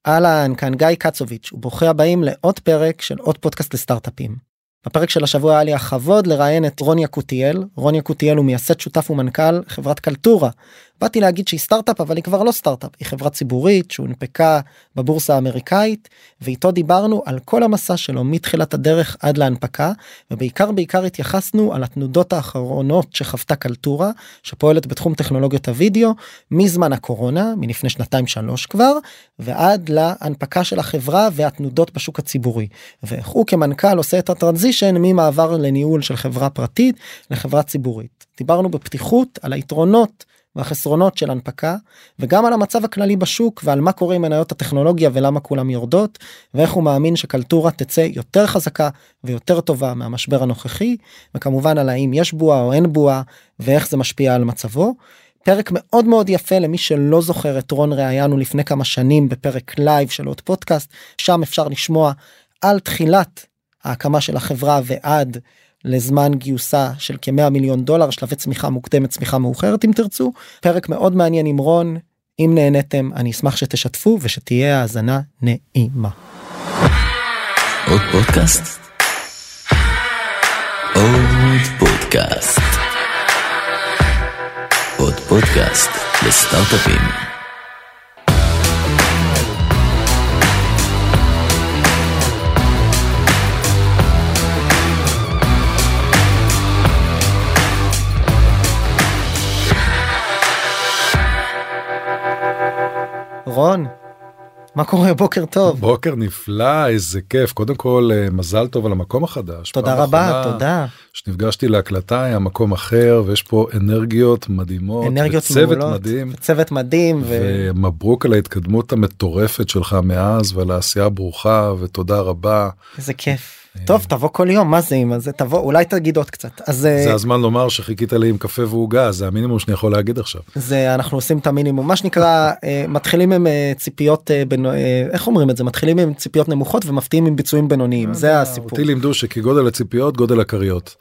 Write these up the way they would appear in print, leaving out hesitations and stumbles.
אהלן, כאן גיא קצוביץ', וברוכים הבאים לעוד פרק של עוד פודקאסט לסטארט-אפים. בפרק של השבוע היה לי הכבוד לראיין את רוני יקותיאל. רוני יקותיאל הוא מייסד, שותף ומנכ"ל חברת קלטורה. באתי להגיד שהיא סטארט-אפ, אבל היא כבר לא סטארט-אפ, היא חברה ציבורית שהונפקה בבורסה האמריקאית, ואיתו דיברנו על כל המסע שלו מתחילת הדרך עד להנפקה, ובעיקר התייחסנו על התנודות האחרונות שחוותה קלטורה, שפועלת בתחום טכנולוגיות הוידאו, מזמן הקורונה, מלפני 2-3 כבר, ועד להנפקה של החברה והתנודות בשוק הציבורי. ואיך הוא כמנכ"ל עושה את הטרנזישן ממעבר לניהול של חברה פרטית לחברה ציבורית. דיברנו בפתיחות על היתרונות והחסרונות של הנפקה, וגם על המצב הכללי בשוק, ועל מה קורה עם מניות הטכנולוגיה ולמה כולם יורדות, ואיך הוא מאמין שקלטורה תצא יותר חזקה ויותר טובה מהמשבר הנוכחי, וכמובן על האם יש בועה או אין בועה, ואיך זה משפיע על מצבו. פרק מאוד מאוד יפה למי שלא זוכר, את רון ראיינו לפני כמה שנים בפרק לייב של עוד פודקאסט, שם אפשר לשמוע על תחילת ההקמה של החברה ועד לזמן גיוסה של כ$100 מיליון, שלבי צמיחה מוקדמת, צמיחה מאוחרת אם תרצו. פרק מאוד מעניין עם רון. אם נהניתם, אני אשמח שתשתפו ושתהיה האזנה נעימה. עוד פודקאסט? עוד פודקאסט. עוד פודקאסט לסטארט-אפים. רון, מה קורה? בוקר טוב. בוקר נפלא, איזה כיף. קודם כל, מזל טוב על המקום החדש. תודה רבה, תודה. שנפגשתי להקלטה, היה מקום אחר, ויש פה אנרגיות מדהימות. אנרגיות וצוות מעולות. מדהים. וצוות מדהים. ומברוק על ההתקדמות המטורפת שלך מאז, ועל העשייה הברוכה, ותודה רבה. איזה כיף. טוב, תבוא כל יום, מה זה עם זה? תבוא, אולי תגיד עוד קצת. זה הזמן לומר שחיכית לי עם קפה ועוגה, זה המינימום שאני יכול להגיד עכשיו. זה, אנחנו עושים את המינימום, מה שנקרא, מתחילים עם ציפיות, איך אומרים את זה? מתחילים עם ציפיות נמוכות ומפתיעים עם ביצועים בינוניים, זה הסיפור. אותי לימדו שכי גודל הציפיות, גודל הקריות.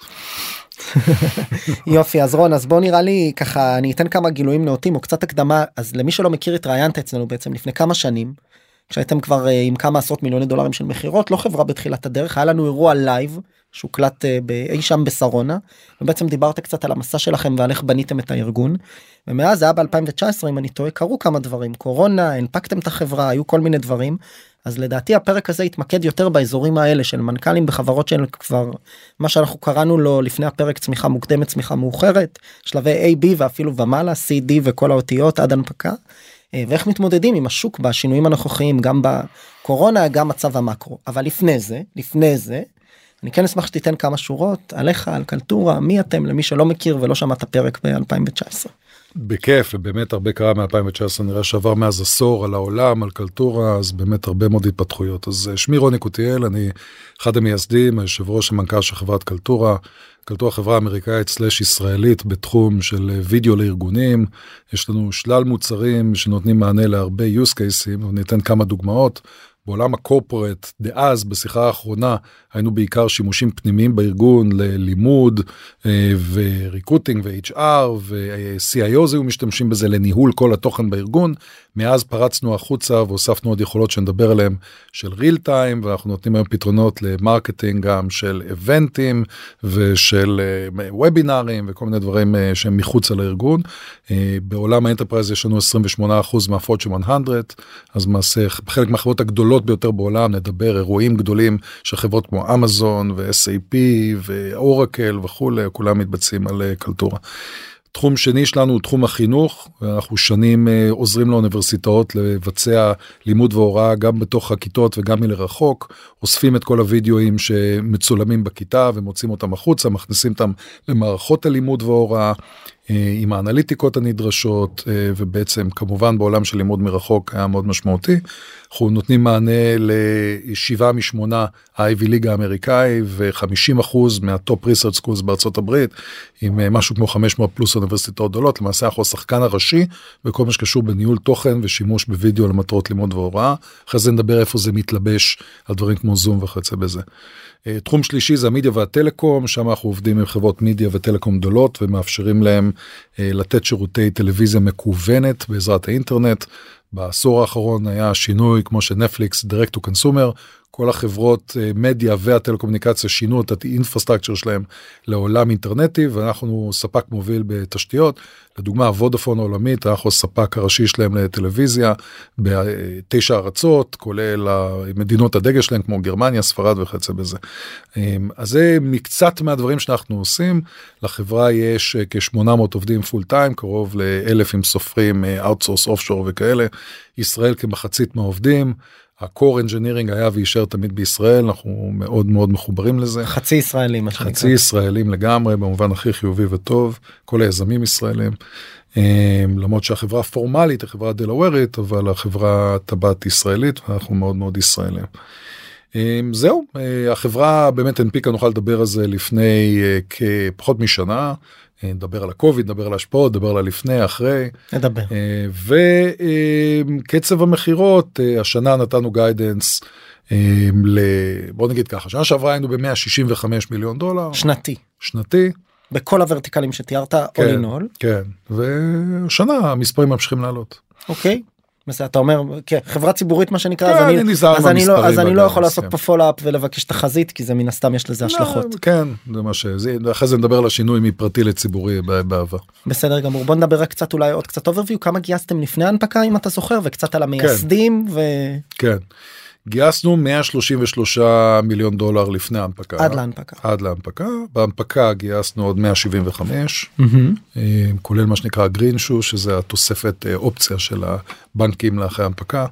יופי, אז רון, אז בוא נראה לי ככה, אני אתן כמה גילויים נאותים או קצת הקדמה. אז למי שלא מכיר, התראיינת אצלנו בעצם לפני כמה שנים, כשהייתם כבר עם כמה עשרות מיליוני דולרים של מחירות, לא חברה בתחילת הדרך, היה לנו אירוע לייב, שהוקלט אי שם בסרונה, ובעצם דיברת קצת על המסע שלכם ועל איך בניתם את הארגון, ומאז זה היה ב-2019, אם אני טועה, קרו כמה דברים, קורונה, הנפקתם את החברה, היו כל מיני דברים, אז לדעתי הפרק הזה התמקד יותר באזורים האלה של מנכ"לים בחברות של כבר, מה שאנחנו קראנו לו לפני הפרק, צמיחה מוקדמת, צמיחה מאוחרת, שלבי A, B ואפילו ומעלה, C, D וכל האותיות עד הנפקה, ואיך מתמודדים עם השוק בשינויים הנוכחיים, גם בקורונה, גם מצב המקרו. אבל לפני זה, אני כן אשמח שתיתן כמה שורות עליך, על קלטורה, מי אתם, למי שלא מכיר ולא שמע את הפרק ב-2019. בכיף, ובאמת הרבה קרה מ-2019, נראה שעבר מאז עשור על העולם, על קלטורה, אז באמת הרבה מאוד התפתחויות. אז שמי רוני יקותיאל, אני אחד המייסדים, היושב ראש המנכ"ל של חברת קלטורה, קלטורה חברה אמריקאית סלש ישראלית בתחום של וידאו לארגונים, יש לנו שלל מוצרים שנותנים מענה להרבה use cases, וניתן כמה דוגמאות. בעולם הקורפורט, דאז, בשיחה האחרונה, היינו בעיקר שימושים פנימיים בארגון, ללימוד, וריקרוטינג, ו-HR, ו-CIO, היו משתמשים בזה לניהול כל התוכן בארגון. מאז פרצנו החוצה, והוספנו עוד יכולות שנדבר עליהן, של real time, ואנחנו נותנים היום פתרונות למרקטינג, גם של איבנטים, ושל וובינרים, וכל מיני דברים שהם מחוץ על הארגון. בעולם האנטרפרייז יש לנו 28% מהפורצ'ן 100, אז מעשה, חלק מהחברות הגדולות ביותר בעולם, נדבר אירועים גדולים של חברות כמו אמזון ו-SAP ואורקל וכו', כולם מתבצעים על קלטורה. תחום שני שלנו הוא תחום החינוך, ואנחנו שנים עוזרים לאוניברסיטאות לבצע לימוד והוראה גם בתוך הכיתות וגם מלרחוק, אוספים את כל הוידאוים שמצולמים בכיתה ומוצאים אותם החוצה, מכניסים אותם למערכות הלימוד והוראה, עם האנליטיקות הנדרשות, ובעצם כמובן בעולם של לימוד מרחוק היה מאוד משמעותי. אנחנו נותנים מענה ל7 מ8 ה-Ivy League האמריקאי, ו50% מהטופ ריסרצ' סקולס בארצות הברית, עם משהו כמו 500 פלוס אוניברסיטאות גדולות. למעשה אנחנו השחקן הראשי, בכל מה שקשור בניהול תוכן ושימוש בווידאו למטרות לימוד והוראה. אחרי זה נדבר איפה זה מתלבש על דברים כמו זום וכיוצא בזה. תחום שלישי זה המדיה והטלקום, שם אנחנו עובדים עם חברות מדיה וטלקום גדולות, ומאפשרים להם לתת שירותי טלוויזיה מקוונת בעזרת האינטרנט. בעשור האחרון היה שינוי כמו שנטפליקס, direct to consumer, כל החברות מדיה והטלקומוניקציה שינו את האינפרסטרקצ'ר שלהם לעולם אינטרנטי, ואנחנו ספק מוביל בתשתיות, לדוגמה וודאפון העולמית, אנחנו הספק הראשי שלהם לטלוויזיה, ב9 ארצות, כולל מדינות הדגל שלהם, כמו גרמניה, ספרד וכיוצא בזה. אז זה מקצת מהדברים שאנחנו עושים, לחברה יש כ-800 עובדים פול טיים, קרוב ל1,000 אם סופרים, אאוטסורס, אופשור וכאלה, ישראל כמחצית מהעובדים, ה-core engineering היה וישאר תמיד בישראל, אנחנו מאוד מאוד מחוברים לזה. חצי ישראלים, חצי ישראלים לגמרי, במובן הכי חיובי וטוב, כל היזמים ישראלים, למרות שהחברה הפורמלית היא חברה דלוורית, אבל החברה טבעת ישראלית, ואנחנו מאוד מאוד ישראלים. זהו, החברה באמת הנפיקה, נוכל לדבר על זה לפני כפחות משנה, נדבר על הקוביד, נדבר על ההשפעות, נדבר על לפני, אחרי. נדבר. וקצב המחירות, השנה נתנו גיידנס, בוא נגיד ככה, שנה שעברה היינו ב$165 מיליון. שנתי. בכל הוורטיקלים שתיארת, all in all. כן, ושנה המספרים ממשיכים לעלות. אוקיי. אתה אומר, חברה ציבורית מה שנקרא, אז אני לא יכול לעשות פה פולאפ ולבקש תחזית, כי זה מן הסתם יש לזה השלכות. כן, זה מה אחרי זה נדבר על השינוי מפרטי לציבורי בעבר. בסדר גמור, בוא נדבר רק קצת אולי עוד קצת אוברוויו, כמה גייסתם לפני ההנפקה אם אתה זוכר, וקצת על המייסדים. כן, גייסנו $133 מיליון לפני ההנפקה. עד להנפקה. בהנפקה גייסנו עוד 175, כולל מה שנקרא גרין שו, שזה התוספת אופציה של הבנקים לאחרי ההנפקה.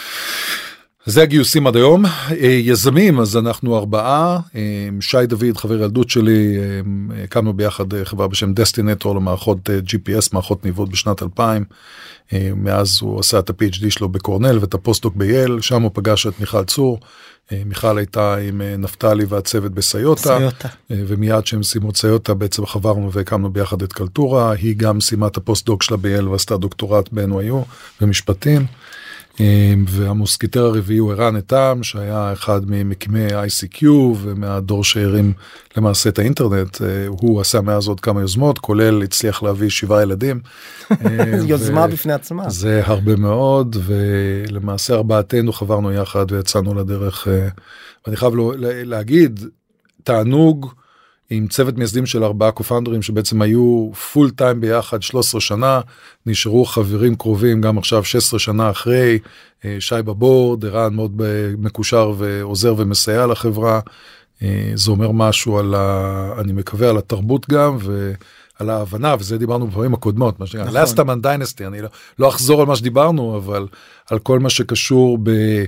זה הגיוסים עד היום. יזמים, אז אנחנו 4, שי דוד, חבר ילדות שלי, הקמנו ביחד חברה בשם דסטינטור למערכות GPS, מערכות ניווט בשנת 2000, מאז הוא עשה את ה-PhD שלו בקורנל ואת הפוסט-דוק בייל, שם הוא פגש את מיכל צור, מיכל הייתה עם נפתלי והצוות בסיוטה, ומיד שהם סיימו את סיוטה בעצם חברנו והקמנו ביחד את קלטורה, היא גם סיימה את הפוסט-דוק שלה בייל ועשתה דוקטורט ב-NYU במשפטים, והמוסקיטר הרביעי הוא ערן איתם, שהיה אחד ממקימי ICQ ומהדור שהרים למעשה את האינטרנט, הוא עשה מאז עוד כמה יוזמות, כולל הצליח להביא 7 ילדים. יוזמה בפני עצמה. זה הרבה מאוד, ולמעשה 4 חברנו יחד ויצאנו לדרך, ואני חייב להגיד, תענוג, עם צוות מייסדים של 4 קופאונדרים שבעצם היו פול טיים ביחד 13 שנה, נשארו חברים קרובים גם עכשיו 16 שנה אחרי, שי בבורד, ערן מאוד מקושר ועוזר ומסייע לחברה, זה אומר משהו על, אני מקווה על התרבות גם, ועל ההבנה, וזה דיברנו בפעמים הקודמות, מה שנקרא, last time on dynasty, אני לא אחזור על מה שדיברנו, אבל על כל מה שקשור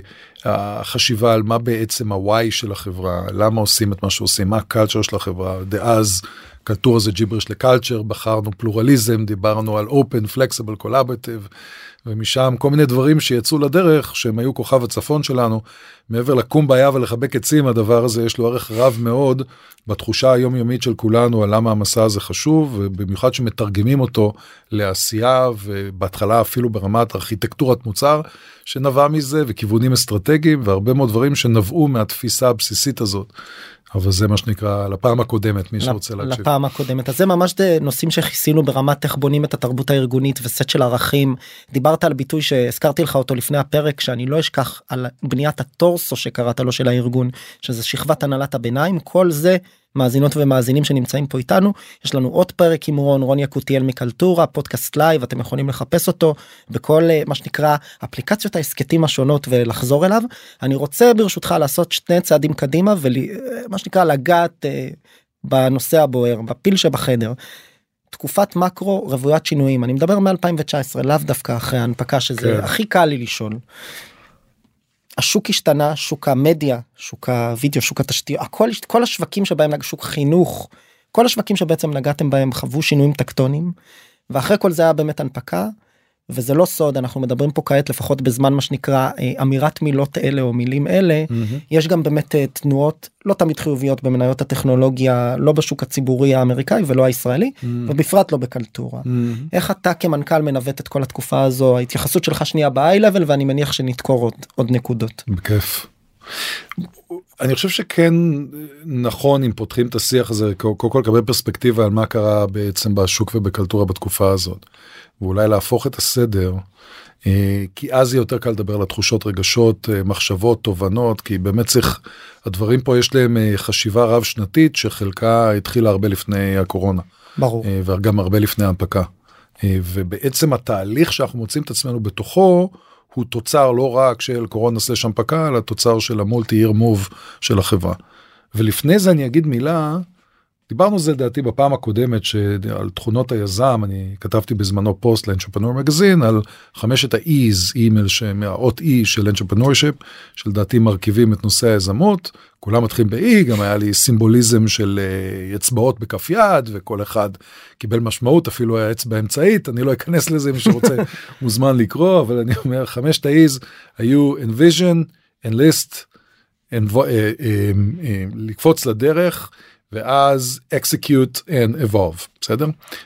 בחשיבה על מה בעצם ה-why של החברה, למה עושים את מה שעושים, מה הקלצ'ר של החברה, דאז קלטורה זה ג'יבריש לקלצ'ר, בחרנו פלורליזם, דיברנו על open, flexible, collaborative, ומשם כל מיני דברים שיצאו לדרך, שהם היו כוכב הצפון שלנו, מעבר לקום בעיה ולחבק עצים, הדבר הזה יש לו ערך רב מאוד, בתחושה היומיומית של כולנו, על למה המסע הזה חשוב, ובמיוחד שמתרגמים אותו לעשייה, ובהתחלה אפילו ברמת ארכיטקטורת מוצר, שנבע מזה, וכיוונים אסטרטגיים, והרבה מאוד דברים שנבעו מהתפיסה הבסיסית הזאת. אבל זה מה שנקרא לפעם הקודמת, מי שרוצה להקשיב. לפעם הקודמת. אז זה ממש נושאים שחיסינו ברמת איך בונים את התרבות הארגונית וסט של ערכים. דיברת על ביטוי שהזכרתי לך אותו לפני הפרק, שאני לא אשכח על בניית הטורסו שקראת לו של הארגון, שזה שכבת הנהלת הביניים. כל זה מאזינות ומאזינים שנמצאים פה איתנו. יש לנו עוד פרק עם רון יקותיאל מקלטורה, פודקאסט לייב, אתם יכולים לחפש אותו בכל מה שנקרא אפליקציות העסקתים השונות ולחזור אליו. אני רוצה ברשותך לעשות 2 צעדים קדימה ומה שנקרא לגעת בנושא הבוער, בפיל שבחדר. תקופת מקרו רוויית שינויים, אני מדבר מ-2019, לאו דווקא אחרי ההנפקה, שזה הכי קל לי לשאול. השוק השתנה, שוק המדיה, שוק הוידאו, שוק התשתיות, כל השווקים שבהם נגע, שוק חינוך, כל השווקים שבעצם נגעתם בהם חוו שינויים טקטונים, ואחרי כל זה היה באמת הנפקה, וזה לא סוד, אנחנו מדברים פה כעת לפחות בזמן מה שנקרא אמירת מילות אלה או מילים אלה, יש גם באמת תנועות לא תמיד חיוביות במניות הטכנולוגיה, לא בשוק הציבורי האמריקאי ולא הישראלי, ובפרט לא בקלטורה. איך אתה כמנכ"ל מנווט את כל התקופה הזו, ההתייחסות שלך שנייה ב-high level, ואני מניח שנתקור עוד נקודות. בכיף. אני חושב שכן נכון אם פותחים את השיח הזה, קודם כל לקבל פרספקטיבה על מה קרה בעצם בשוק ובקלטורה בתקופה הזאת, ואולי להפוך את הסדר, כי אז יהיה יותר קל לדבר על התחושות, רגשות, מחשבות, תובנות, כי באמת צריך, הדברים פה יש להם חשיבה רב שנתית, שחלקה התחילה הרבה לפני הקורונה. ברור. וגם הרבה לפני ההנפקה. ובעצם התהליך שאנחנו מוצאים את עצמנו בתוכו, הוא תוצר לא רק של קורונה סלש הנפקה, אלא תוצר של המולטי-ייר מוב של החברה. ולפני זה אני אגיד מילה, דיברנו על זה לדעתי בפעם הקודמת, על תכונות היזם, אני כתבתי בזמנו פוסט לאנטרפרנור מגזין, על 5 ה-E's, מהאות E של Entrepreneurship, שלדעתי מרכיבים את נושא היזמות, כולם מתחילים ב-E, גם היה לי סימבוליזם של אצבעות בכף יד, וכל אחד קיבל משמעות, אפילו היה אצבע אמצעית, אני לא אכנס לזה, מי שרוצה מוזמן לקרוא, אבל אני אומר, 5 ה-E's היו Envision, Enlist, לקפוץ לדרך, ואז execute and evolve, בסדר?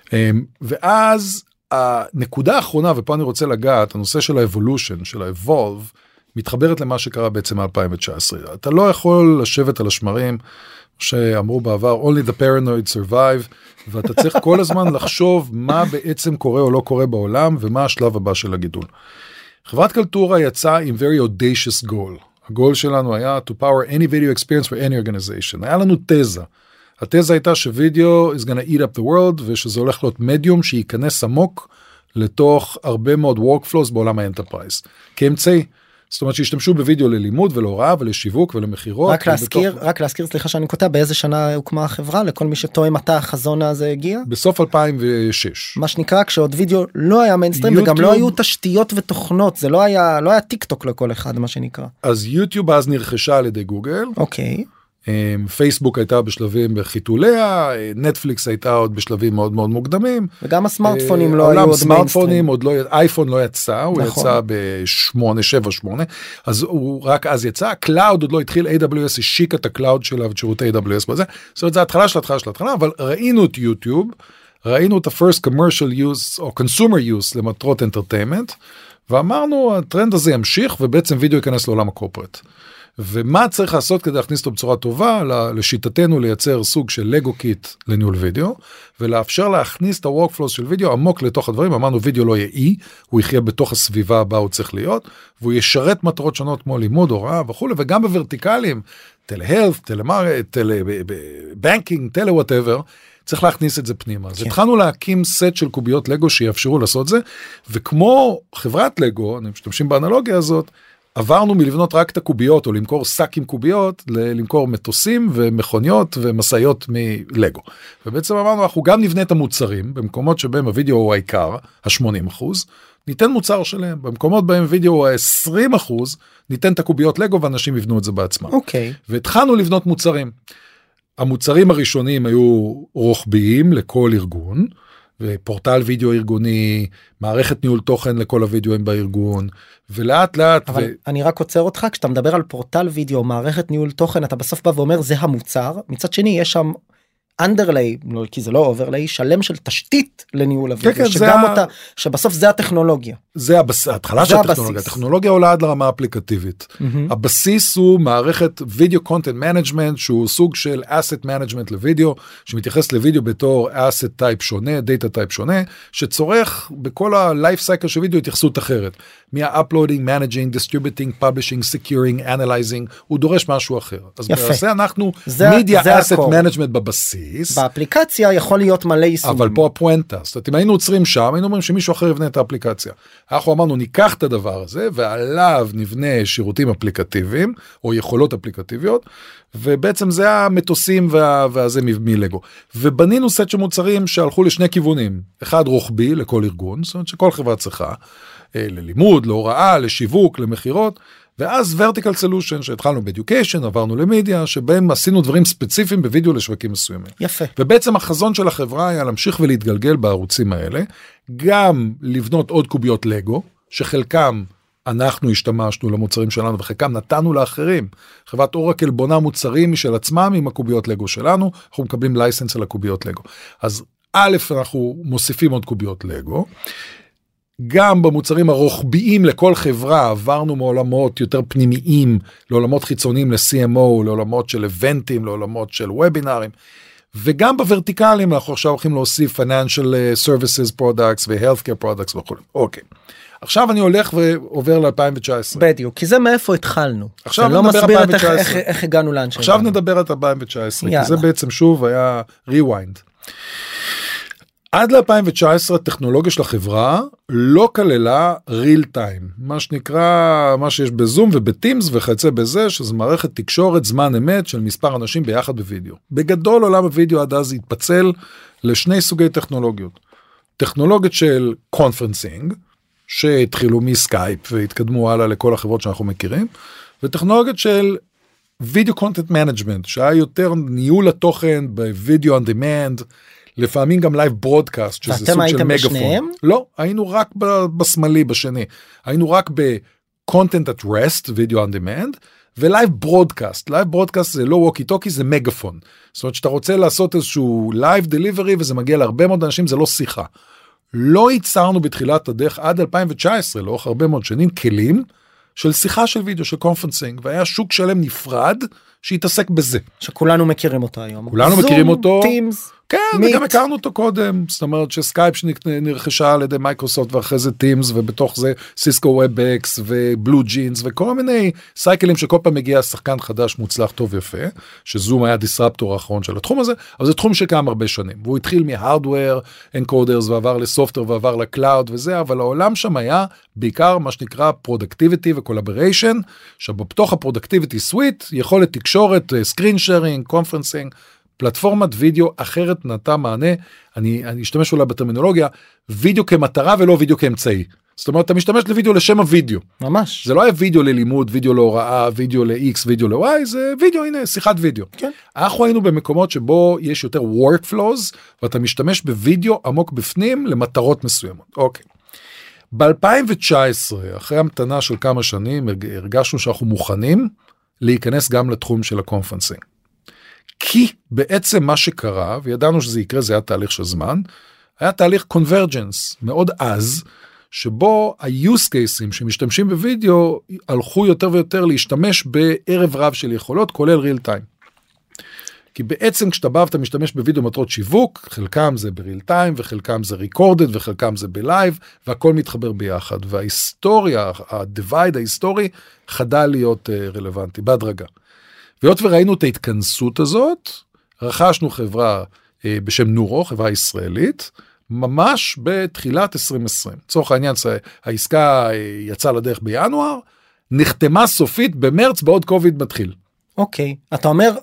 ואז הנקודה האחרונה, ופה אני רוצה לגעת, הנושא של ה-evolution, של ה-evolve, מתחברת למה שקרה בעצם ב-2019. אתה לא יכול לשבת על השמרים, שאמרו בעבר, only the paranoid survive, ואתה צריך כל הזמן לחשוב מה בעצם קורה או לא קורה בעולם, ומה השלב הבא של הגידול. חברת קלטורה יצאה עם very audacious goal. הגול שלנו היה to power any video experience for any organization. היה לנו תזה. התזה הייתה שווידאו is gonna eat up the world, ושזה הולך להיות מדיום שייכנס עמוק לתוך הרבה מאוד workflows בעולם האנטרפרייז. כאמצעי, זאת אומרת שהשתמשו בווידאו ללימוד ולהוראה ולשיווק ולמחירות. רק להזכיר, סליחה שאני קוטע, באיזה שנה הוקמה החברה, לכל מי שטועה מתי החזון הזה הגיע? בסוף 2006. מה שנקרא, כשעוד וידאו לא היה מיינסטרים, וגם לא היו תשתיות ותוכנות, זה לא היה טיק טוק לכל אחד, מה שנקרא. אז יוטיוב אז נרכשה על ידי גוגל. אוקיי. פייסבוק הייתה בשלבים בחיתוליה, נטפליקס הייתה עוד בשלבים מאוד מאוד מוקדמים. וגם הסמארטפונים לא היו עוד סמארטפונים עוד לא, אייפון לא יצא, הוא יצא ב-8, אז הוא רק אז יצא, קלאוד עוד לא התחיל, AWS השיק את הקלאוד שלה ואת שירותי AWS בזה, זאת אומרת זה התחלה של התחלה, אבל ראינו את יוטיוב, ראינו את ה-first commercial use או consumer use למטרות entertainment, ואמרנו הטרנד הזה ימשיך ובעצם וידאו ייכנס לעולם הקורפרט. ומה צריך לעשות כדי להכניס אותו בצורה טובה? לשיטתנו לייצר סוג של לגו קיט לניהול וידאו, ולאפשר להכניס את הוורקפלוס של וידאו עמוק לתוך הדברים. אמרנו וידאו לא יהיה אי, הוא יחיה בתוך הסביבה הבאה הוא צריך להיות, והוא ישרת מטרות שונות כמו לימוד, הוראה וכו', וגם בוורטיקלים, טלה-הלף, טלה-בנקינג, טלה-וואטאבר, צריך להכניס את זה פנימה. אז התחלנו להקים סט של קוביות לגו שיאפשרו לעשות זה, וכמו חברת לגו, אני משתמשים באנלוגיה הזאת, עברנו מלבנות רק את הקוביות, או למכור שק עם קוביות, למכור מטוסים ומכוניות ומסעיות מלגו. ובעצם אמרנו, אנחנו גם נבנה את המוצרים, במקומות שבהם הוידאו הוא העיקר, ה-80%, ניתן מוצר שלהם. במקומות בהם וידאו הוא ה-20%, ניתן את הקוביות לגו, ואנשים יבנו את זה בעצמם. אוקיי. והתחלנו לבנות מוצרים. המוצרים הראשונים היו רוחביים לכל ארגון, ופורטל וידאו ארגוני, מערכת ניהול תוכן לכל הוידאוים בארגון, ולאט לאט... אבל אני רק עוצר אותך, כשאתה מדבר על פורטל וידאו, מערכת ניהול תוכן, אתה בסוף בא ואומר, זה המוצר, מצד שני יש שם אנדרליי, כי זה לא אוברליי, שלם של תשתית לניהול הוידאו, שגם אותה, שבסוף זה הטכנולוגיה. זה ההתחלה של הטכנולוגיה, הטכנולוגיה עולה עד לרמה אפליקטיבית. הבסיס הוא מערכת וידאו קונטנט מנג'מנט, שהוא סוג של אסט מנג'מנט לוידאו, שמתייחס לוידאו בתור אסט טייפ שונה, דאטה טייפ שונה, שצורך בכל הלייף סייקל של וידאו התייחסות אחרת. מה-uploading, managing, distributing, publishing, securing, analyzing, הוא דורש משהו אחר. אז בעצם אנחנו media asset management בבסיס. באפליקציה יכול להיות מלא יישומים. אבל פה הפואנטה, זאת אומרת, אם היינו עוצרים שם, היינו אומרים שמישהו אחר יבנה את האפליקציה. אנחנו אמרנו, ניקח את הדבר הזה, ועליו נבנה שירותים אפליקטיביים, או יכולות אפליקטיביות, ובעצם זה המטוסים והזה מלגו. ובנינו סט של מוצרים שהלכו לשני כיוונים. אחד רוחבי לכל ארגון, זאת אומרת שכל חברה צריכה, ללימוד, להוראה, לשיווק, למחירות, ואז vertical solution שהתחלנו ב-education, עברנו למדיה, שבהם עשינו דברים ספציפיים בווידאו לשווקים מסוימים. יפה. ובעצם החזון של החברה היה להמשיך ולהתגלגל בערוצים האלה, גם לבנות עוד קוביות לגו, שחלקם אנחנו השתמשנו למוצרים שלנו, וחלקם נתנו לאחרים. חברת אורקל בונה מוצרים משל עצמם עם הקוביות לגו שלנו, אנחנו מקבלים לייסנס על הקוביות לגו. אז א', אנחנו מוסיפים עוד קוביות לגו, גם במוצרים הרוחביים לכל חברה, עברנו מעולמות יותר פנימיים, לעולמות חיצוניים ל-CMO, לעולמות של איבנטים, לעולמות של וובינרים, וגם בוורטיקלים, אנחנו עכשיו הולכים להוסיף Financial Services Products ו-Healthcare Products וכו'. אוקיי. עכשיו אני הולך ועובר ל-2019. בדיוק, כי זה מאיפה התחלנו. עכשיו זה לא נדבר מסביר 2019. איך הגענו לאן שהגענו. עכשיו נדבר על 2019, כי זה בעצם שוב היה rewind. עד ל-2019 הטכנולוגיה של החברה לא כללה real time, מה שנקרא, מה שיש בזום ובטימס וכיוצא בזה, שזה מערכת תקשורת זמן אמת של מספר אנשים ביחד בווידאו. בגדול עולם הווידאו עד אז התפצל לשני סוגי טכנולוגיות. טכנולוגיות של קונפרנסינג, שהתחילו מסקייפ והתקדמו הלאה לכל החברות שאנחנו מכירים, וטכנולוגיות של וידאו קונטנט מנג'מנט, שהיה יותר ניהול התוכן בווידאו on demand, לפעמים גם לייב ברודקאסט, שזה סוג של מגפון. בשניהם? לא, היינו רק בשמאלי, בשני. היינו רק ב-content at rest, video on demand, ולייב ברודקאסט. לייב ברודקאסט זה לא ווקי טוקי, זה מגפון. זאת אומרת שאתה רוצה לעשות איזשהו לייב דליברי, וזה מגיע להרבה מאוד אנשים, זה לא שיחה. לא ייצרנו בתחילת הדרך עד 2019, לאורך הרבה מאוד שנים, כלים של שיחה של וידאו, של קונפרנסינג, והיה שוק שלם נפרד שהתעסק בזה. שכולנו מכירים אותו היום. כולנו מכירים אותו. טימס. כן, וגם הכרנו אותו קודם, זאת אומרת שסקייפ שנרכשה על ידי מייקרוסופט ואחרי זה טימס, ובתוך זה סיסקו וובקס ובלו ג'ינס וכל מיני סייקלים שכל פעם מגיע שחקן חדש מוצלח טוב יפה, שזום היה דיסרפטור האחרון של התחום הזה, אבל זה תחום שקיים הרבה שנים, והוא התחיל מהארדוור, אנקודרס ועבר לסופטר ועבר לקלאוד וזה, אבל העולם שם היה בעיקר מה שנקרא פרודקטיביטי וקולאבריישן, שבתוך הפרודקטיביטי סוויט, יכולת תקשורת, סקרין שיירינג, קונפרנסינג, פלטפורמת וידאו אחרת נתה מענה, אני אשתמש אולי בטרמינולוגיה, וידאו כמטרה ולא וידאו כאמצעי. זאת אומרת, אתה משתמש לוידאו לשם הוידאו. ממש. זה לא היה וידאו ללימוד, וידאו להוראה, וידאו ל-X, וידאו ל-Y, זה וידאו, הנה, שיחת וידאו. כן. אנחנו היינו במקומות שבו יש יותר workflows, ואתה משתמש בוידאו עמוק בפנים למטרות מסוימות. אוקיי. ב-2019, אחרי המתנה של כמה שנים, הרגשנו שאנחנו מוכנים להיכנס גם לתחום של הקונפרנסינג. כי בעצם מה שקרה, וידענו שזה יקרה, זה היה תהליך של זמן, היה תהליך קונברג'נס מאוד עז, שבו ה-use cases שמשתמשים בווידאו, הלכו יותר ויותר להשתמש בערב רב של יכולות, כולל real time. כי בעצם כשאתה בא ואתה משתמש בווידאו מטרות שיווק, חלקם זה ב-real time, וחלקם זה recorded, וחלקם זה ב-live, והכל מתחבר ביחד. וההיסטוריה, ה-divide ההיסטורי, חדל להיות רלוונטי, בהדרגה. והיות וראינו את ההתכנסות הזאת, רכשנו חברה בשם נורו, חברה ישראלית, ממש בתחילת 2020. לצורך העניין, העסקה יצאה לדרך בינואר, נחתמה סופית במרץ, בעוד קוביד מתחיל. אוקיי, אתה אומר,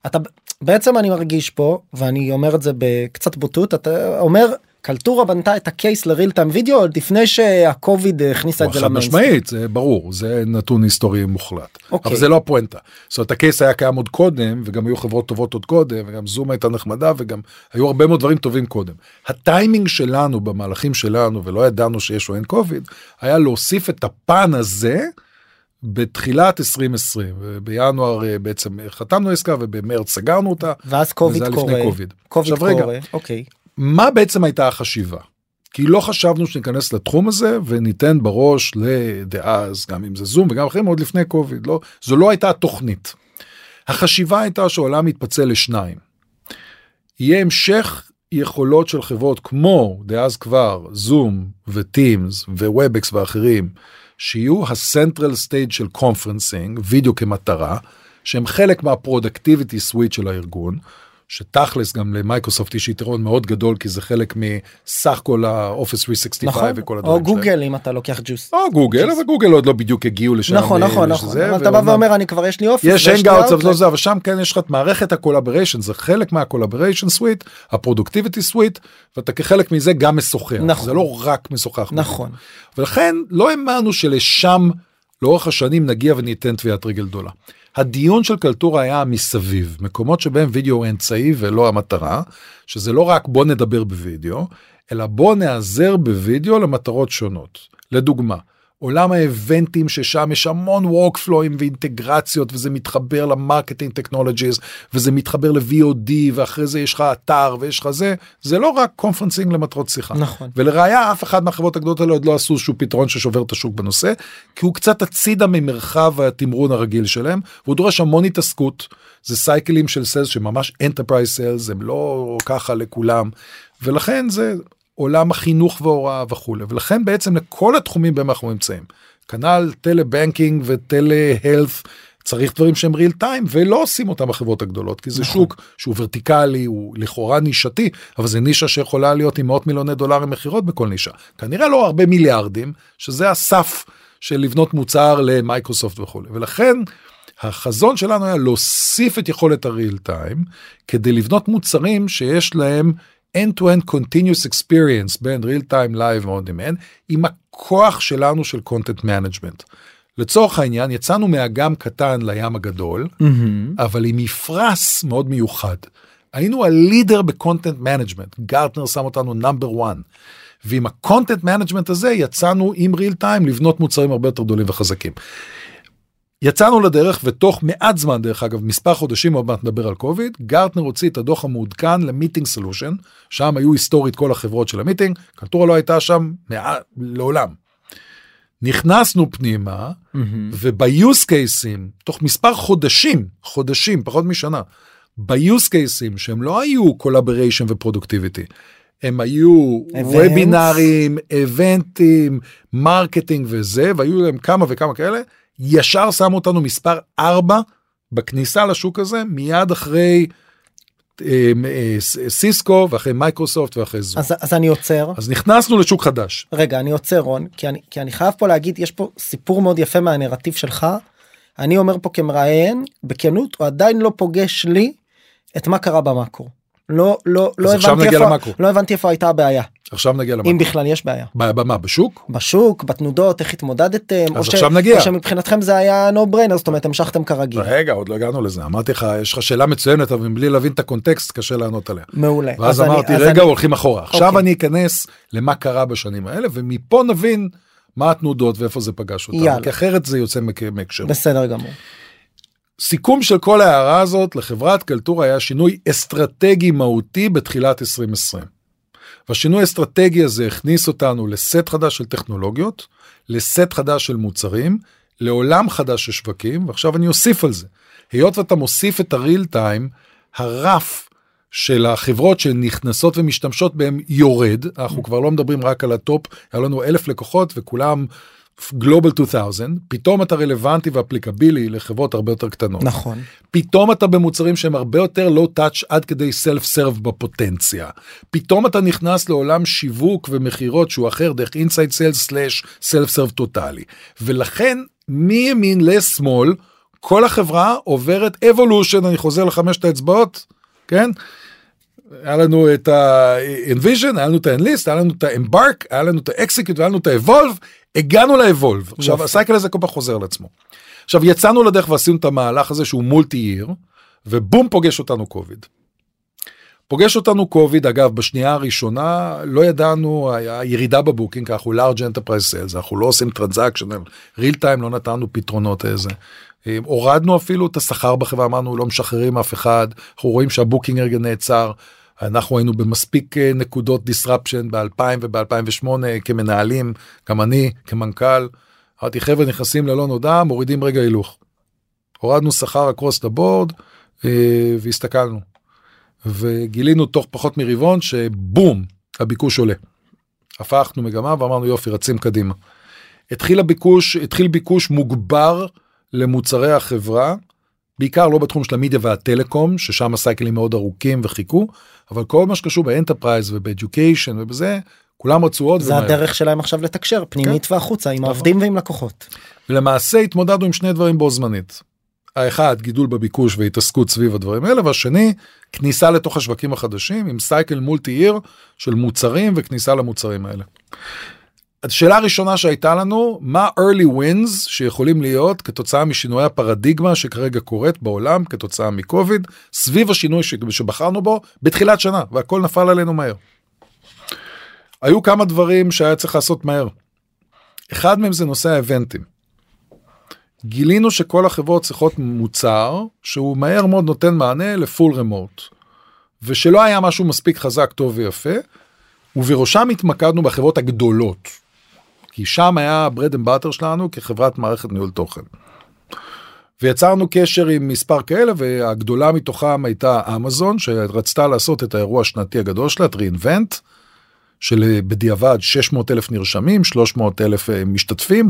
בעצם אני מרגיש פה, ואני אומר את זה בקצת בוטות, אתה אומר, קלטורה בנתה את הקייס לריל טיים וידאו עוד לפני שהקוביד הכניסה את זה למיינסטרים. חד משמעית, זה ברור, זה נתון היסטורי מוחלט. אבל זה לא הפואנטה. זאת אומרת, הקייס היה קיים עוד קודם, וגם היו חברות טובות עוד קודם, וגם זום הייתה נחמדה, וגם היו הרבה מאוד דברים טובים קודם. הטיימינג שלנו, במהלכים שלנו, ולא ידענו שיש או אין קוביד, היה להוסיף את הפן הזה, בתחילת 2020, ובינואר בעצם חתמנו עסקה, ובמרץ סגרנו אותה. ואז קוביד קורה. קוביד קורה, אוקיי. מה בעצם הייתה החשיבה? כי לא חשבנו שניכנס לתחום הזה, וניתן בראש לדאז, גם אם זה זום, וגם אחרים עוד לפני קוביד, לא, זו לא הייתה התוכנית. החשיבה הייתה שהעולם מתפצל לשניים. יהיה המשך יכולות של חברות כמו דאז כבר, זום וטימס ווובקס ואחרים, שיהיו הסנטרל סטייג' של קונפרנסינג, וידאו כמטרה, שהם חלק מהפרודקטיביטי סוויט של הארגון, שתכלס גם למייקרוסופט יש יתרון מאוד גדול, כי זה חלק מסך כל ה-Office 365 נכון, וכל הדברים או גוגל אם אתה לוקח ג'וס. או גוגל, אבל גוגל עוד לא בדיוק הגיעו לשם. נכון, אבל אתה בא ואומר, אני כבר יש לי אופיס. יש הנגאוטס, אבל שם כן יש לך את מערכת הקולאבריישן, זה חלק מהקולאבריישן סוויט, הפרודוקטיביטי סוויט, ואתה כחלק מזה גם משוחח. נכון. זה לא רק משוחח. נכון. ולכן לא האמנו שלשם לאורך השנים נגיע וניתן תביעת רגל גדולה. הדיון של קלטורה היה מסביב, מקומות שבהם וידאו הוא אמצעי ולא המטרה, שזה לא רק בוא נדבר בווידאו, אלא בוא נעזר בווידאו למטרות שונות. לדוגמה, עולם האבנטים ששם יש המון workflowים ואינטגרציות, וזה מתחבר למרקטינג טכנולוגיז, וזה מתחבר ל-VOD, ואחרי זה יש לך אתר, ויש לך זה לא רק קונפרנסינג למטרות שיחה. נכון. ולראיה, אף אחד מהחברות הגדולות האלה עוד לא עשו שהוא פתרון ששובר את השוק בנושא, כי הוא קצת הצידה ממרחב התמרון הרגיל שלהם, והוא דורש המון התעסקות, זה סייקלים של סיילס שממש enterprise sales, הם לא ככה לכולם, ולכן זה עולם החינוך וההוראה וכו'. ולכן בעצם לכל התחומים בהם אנחנו נמצאים, כנ"ל טלבנקינג וטלה-הלת', צריך דברים שהם ריל טיים, ולא עושים אותם בחברות הגדולות, כי זה שוק שהוא ורטיקלי, הוא לכאורה נישתי, אבל זה נישה שיכולה להיות עם $100 מיליון מחירות בכל נישה. כנראה לא הרבה מיליארדים, שזה הסף של לבנות מוצר למייקרוסופט וכו'. ולכן החזון שלנו היה להוסיף את יכולת הריל טיים, כדי לבנות מוצרים שיש להם end-to-end continuous experience בין real time, live ו-on demand, עם הכוח שלנו של content management. לצורך העניין, יצאנו מהאגם קטן לים הגדול, אבל עם מפרס מאוד מיוחד. היינו הלידר בקונטנט מנג'מנט, גרטנר שם אותנו נאמבר 1, ועם הקונטנט מנג'מנט הזה יצאנו עם real time לבנות מוצרים הרבה יותר גדולים וחזקים. יצאנו לדרך, ותוך מעט זמן, דרך אגב, מספר חודשים עוד מעט נדבר על קוביד, גרטנר הוציא את הדוח המעודכן למיטינג סולושן, שם היו היסטורית כל החברות של המיטינג, קלטורה לא הייתה שם לעולם. נכנסנו פנימה, וביוס קייסים, תוך מספר חודשים, פחות משנה, ביוס קייסים, שהם לא היו קולאבוריישן ופרודוקטיביטי, הם היו וובינרים, איבנטים, מרקטינג וזה, והיו להם כמה וכמה כאלה, ישר שמו אותנו מספר 4 בכניסה לשוק הזה, מיד אחרי סיסקו, ואחרי מייקרוסופט, ואחרי זום. אז אני עוצר. אז נכנסנו לשוק חדש. רגע, אני עוצר, רון, כי אני חייב פה להגיד, יש פה סיפור מאוד יפה מהנרטיב שלך, אני אומר פה כמראיין, בכנות, הוא עדיין לא פוגש לי את מה קרה במאקרו. לא הבנתי איפה הייתה הבעיה. עכשיו נגיע למאקרו. אם בכלל יש בעיה. במה? בשוק? בשוק, בתנודות, איך התמודדתם, אז עכשיו נגיע. או שמבחינתכם זה היה no brainer, זאת אומרת, המשכתם כרגיל. רגע, עוד לא הגענו לזה. אמרתי לך, יש לך שאלה מצוינת, אבל מבלי להבין את הקונטקסט, קשה לענות עליה. מעולה. ואז אמרתי, רגע, הולכים אחורה. עכשיו אני אכנס למה קרה בשנים האלה, ומפה נבין מה התנודות ואיפה זה פגש אותם. כי אחרת זה יוצא מהקשר. בסדר גמור. סיכום של כל ההערה הזאת, לחברת קלטורה היה שינוי אסטרטגי מהותי בתחילת 2020. והשינוי האסטרטגי הזה הכניס אותנו לסט חדש של טכנולוגיות, לסט חדש של מוצרים, לעולם חדש של שווקים, ועכשיו אני אוסיף על זה. היות ואתה מוסיף את הריל טיים, הרף של החברות שנכנסות ומשתמשות בהם יורד, אנחנו כבר לא מדברים רק על הטופ, היה לנו 1,000 לקוחות וכולם גלובל 2000, פתאום אתה רלוונטי ואפליקבילי לחברות הרבה יותר קטנות. נכון. פתאום אתה במוצרים שהם הרבה יותר low touch עד כדי self-serve בפוטנציה. פתאום אתה נכנס לעולם שיווק ומחירות שהוא אחר דרך inside sales / self-serve טוטלי. ולכן מימין לשמאל כל החברה עוברת evolution, אני חוזר לחמשת האצבעות, כן? היה לנו את ה-Envision, היה לנו את ה-Enlist, היה לנו את ה-Embark, היה לנו את ה-Execute, היה לנו את ה-Evolve, הגענו ל-Evolve. עכשיו, הסייקל הזה כל פעם חוזר לעצמו. עכשיו, יצאנו לדרך ועשינו את המהלך הזה שהוא מולטי-ייר, ובום פוגש אותנו קוביד. פוגש אותנו קוביד, אגב, בשנייה הראשונה, לא ידענו, היה ירידה בבוקינג, אנחנו large enterprise sales, אנחנו לא עושים טרנזקשן, real time לא נתנו פתרונות איזה. הורדנו אפילו את השכר בחברה, אמרנו, לא משחררים אף אחד, אנחנו רואים שהבוקינג הרגע נעצר, אנחנו היינו במספיק נקודות disruption ב-2000 וב-2008 כמנהלים, גם אני כמנכ"ל, אמרתי חבר'ה נכנסים ללא נודע, מורידים רגע הילוך. הורדנו שכר across the board והסתכלנו. וגילינו תוך פחות מרבעון שבום, הביקוש עולה. הפכנו מגמה ואמרנו יופי, רצים קדימה. התחיל ביקוש מוגבר למוצרי החברה, בעיקר לא בתחום של המדיה והטלקום, ששם הסייקלים מאוד ארוכים וחיכו, אבל כל מה שקשור באנטרפרייז ובאדיוקיישן ובזה, כולם רצו עוד. זה הדרך שלהם עכשיו לתקשר, פנימית והחוצה, עם העובדים ועם לקוחות. ולמעשה התמודדנו עם שני דברים בו זמנית. האחד, גידול בביקוש והתעסקות סביב הדברים האלה, והשני, כניסה לתוך השווקים החדשים, עם סייקל מולטי-ייר של מוצרים וכניסה למוצרים האלה. השאלה הראשונה שהייתה לנו, מה early wins שיכולים להיות כתוצאה משינוי הפרדיגמה שכרגע קורית בעולם, כתוצאה מקוביד, סביב השינוי שבחרנו בו בתחילת שנה, והכל נפל עלינו מהר. היו כמה דברים שהיה צריך לעשות מהר. אחד מהם זה נושא האבנטים. גילינו שכל החברות צריכות מוצר, שהוא מהר מאוד נותן מענה לפול רמוט, ושלא היה משהו מספיק חזק, טוב ויפה, ובראשם התמקדנו בחברות הגדולות, כי שם היה bread and butter שלנו כחברת מערכת ניהול תוכן. ויצרנו קשר עם מספר כאלה, והגדולה מתוכם הייתה אמזון, שרצתה לעשות את האירוע השנתי הגדול שלה, את reinvent, של בדיעבד 600,000 נרשמים, 300,000 משתתפים,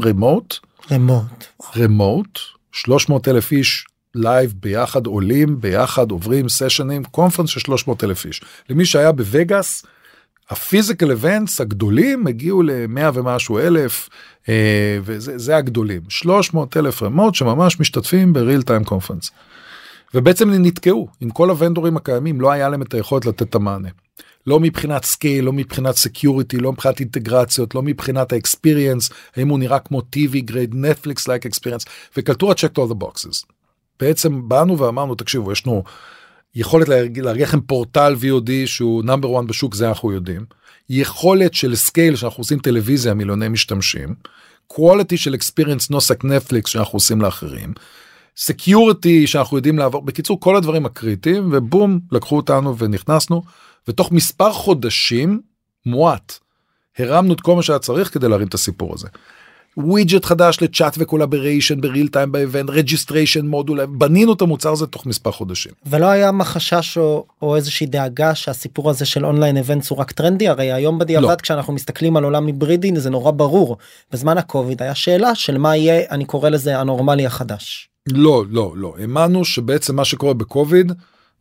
remote, 300,000 איש לייב ביחד, עולים ביחד, עוברים סשנים, קונפרנס של 300,000 איש. למי שהיה בווגאס, הפיזיקל אבנטס הגדולים הגיעו ל100 ומשהו אלף, וזה הגדולים. 300,000 remote שממש משתתפים בריל טיים קונפרנס. ובעצם נתקעו, עם כל הוונדורים הקיימים, לא היה להם את היכולת לתת את המענה. לא מבחינת סקייל, לא מבחינת סקיוריטי, לא מבחינת אינטגרציות, לא מבחינת האקספיריאנס, האם הוא נראה כמו TV grade, Netflix-like experience, וקלטורה checked all the boxes. בעצם באנו ואמרנו, תקשיבו, יש לנו יכולת להרגיע לכם פורטל VOD שהוא נאמבר 1 בשוק, זה אנחנו יודעים. יכולת של סקייל שאנחנו עושים טלוויזיה, מיליוני משתמשים. quality של experience נוסק Netflix שאנחנו עושים לאחרים. security שאנחנו יודעים לעבור. בקיצור, כל הדברים הקריטיים, ובום, לקחו אותנו ונכנסנו. ותוך מספר חודשים מועט, הרמנו את כל מה שהיה צריך כדי להרים את הסיפור הזה. ווידג'ט חדש לצ'אט וקולאבריישן בריל טיים באבנט, רג'יסטריישן מודול, בנינו את המוצר הזה תוך מספר חודשים. ולא היה מחשש או איזושהי דאגה שהסיפור הזה של אונליין אבנטס הוא רק טרנדי? הרי היום בדיעבד כשאנחנו מסתכלים על עולם היברידי זה נורא ברור. בזמן הקוביד היה שאלה של מה יהיה, אני קורא לזה הנורמלי החדש. לא. האמנו שבעצם מה שקורה בקוביד,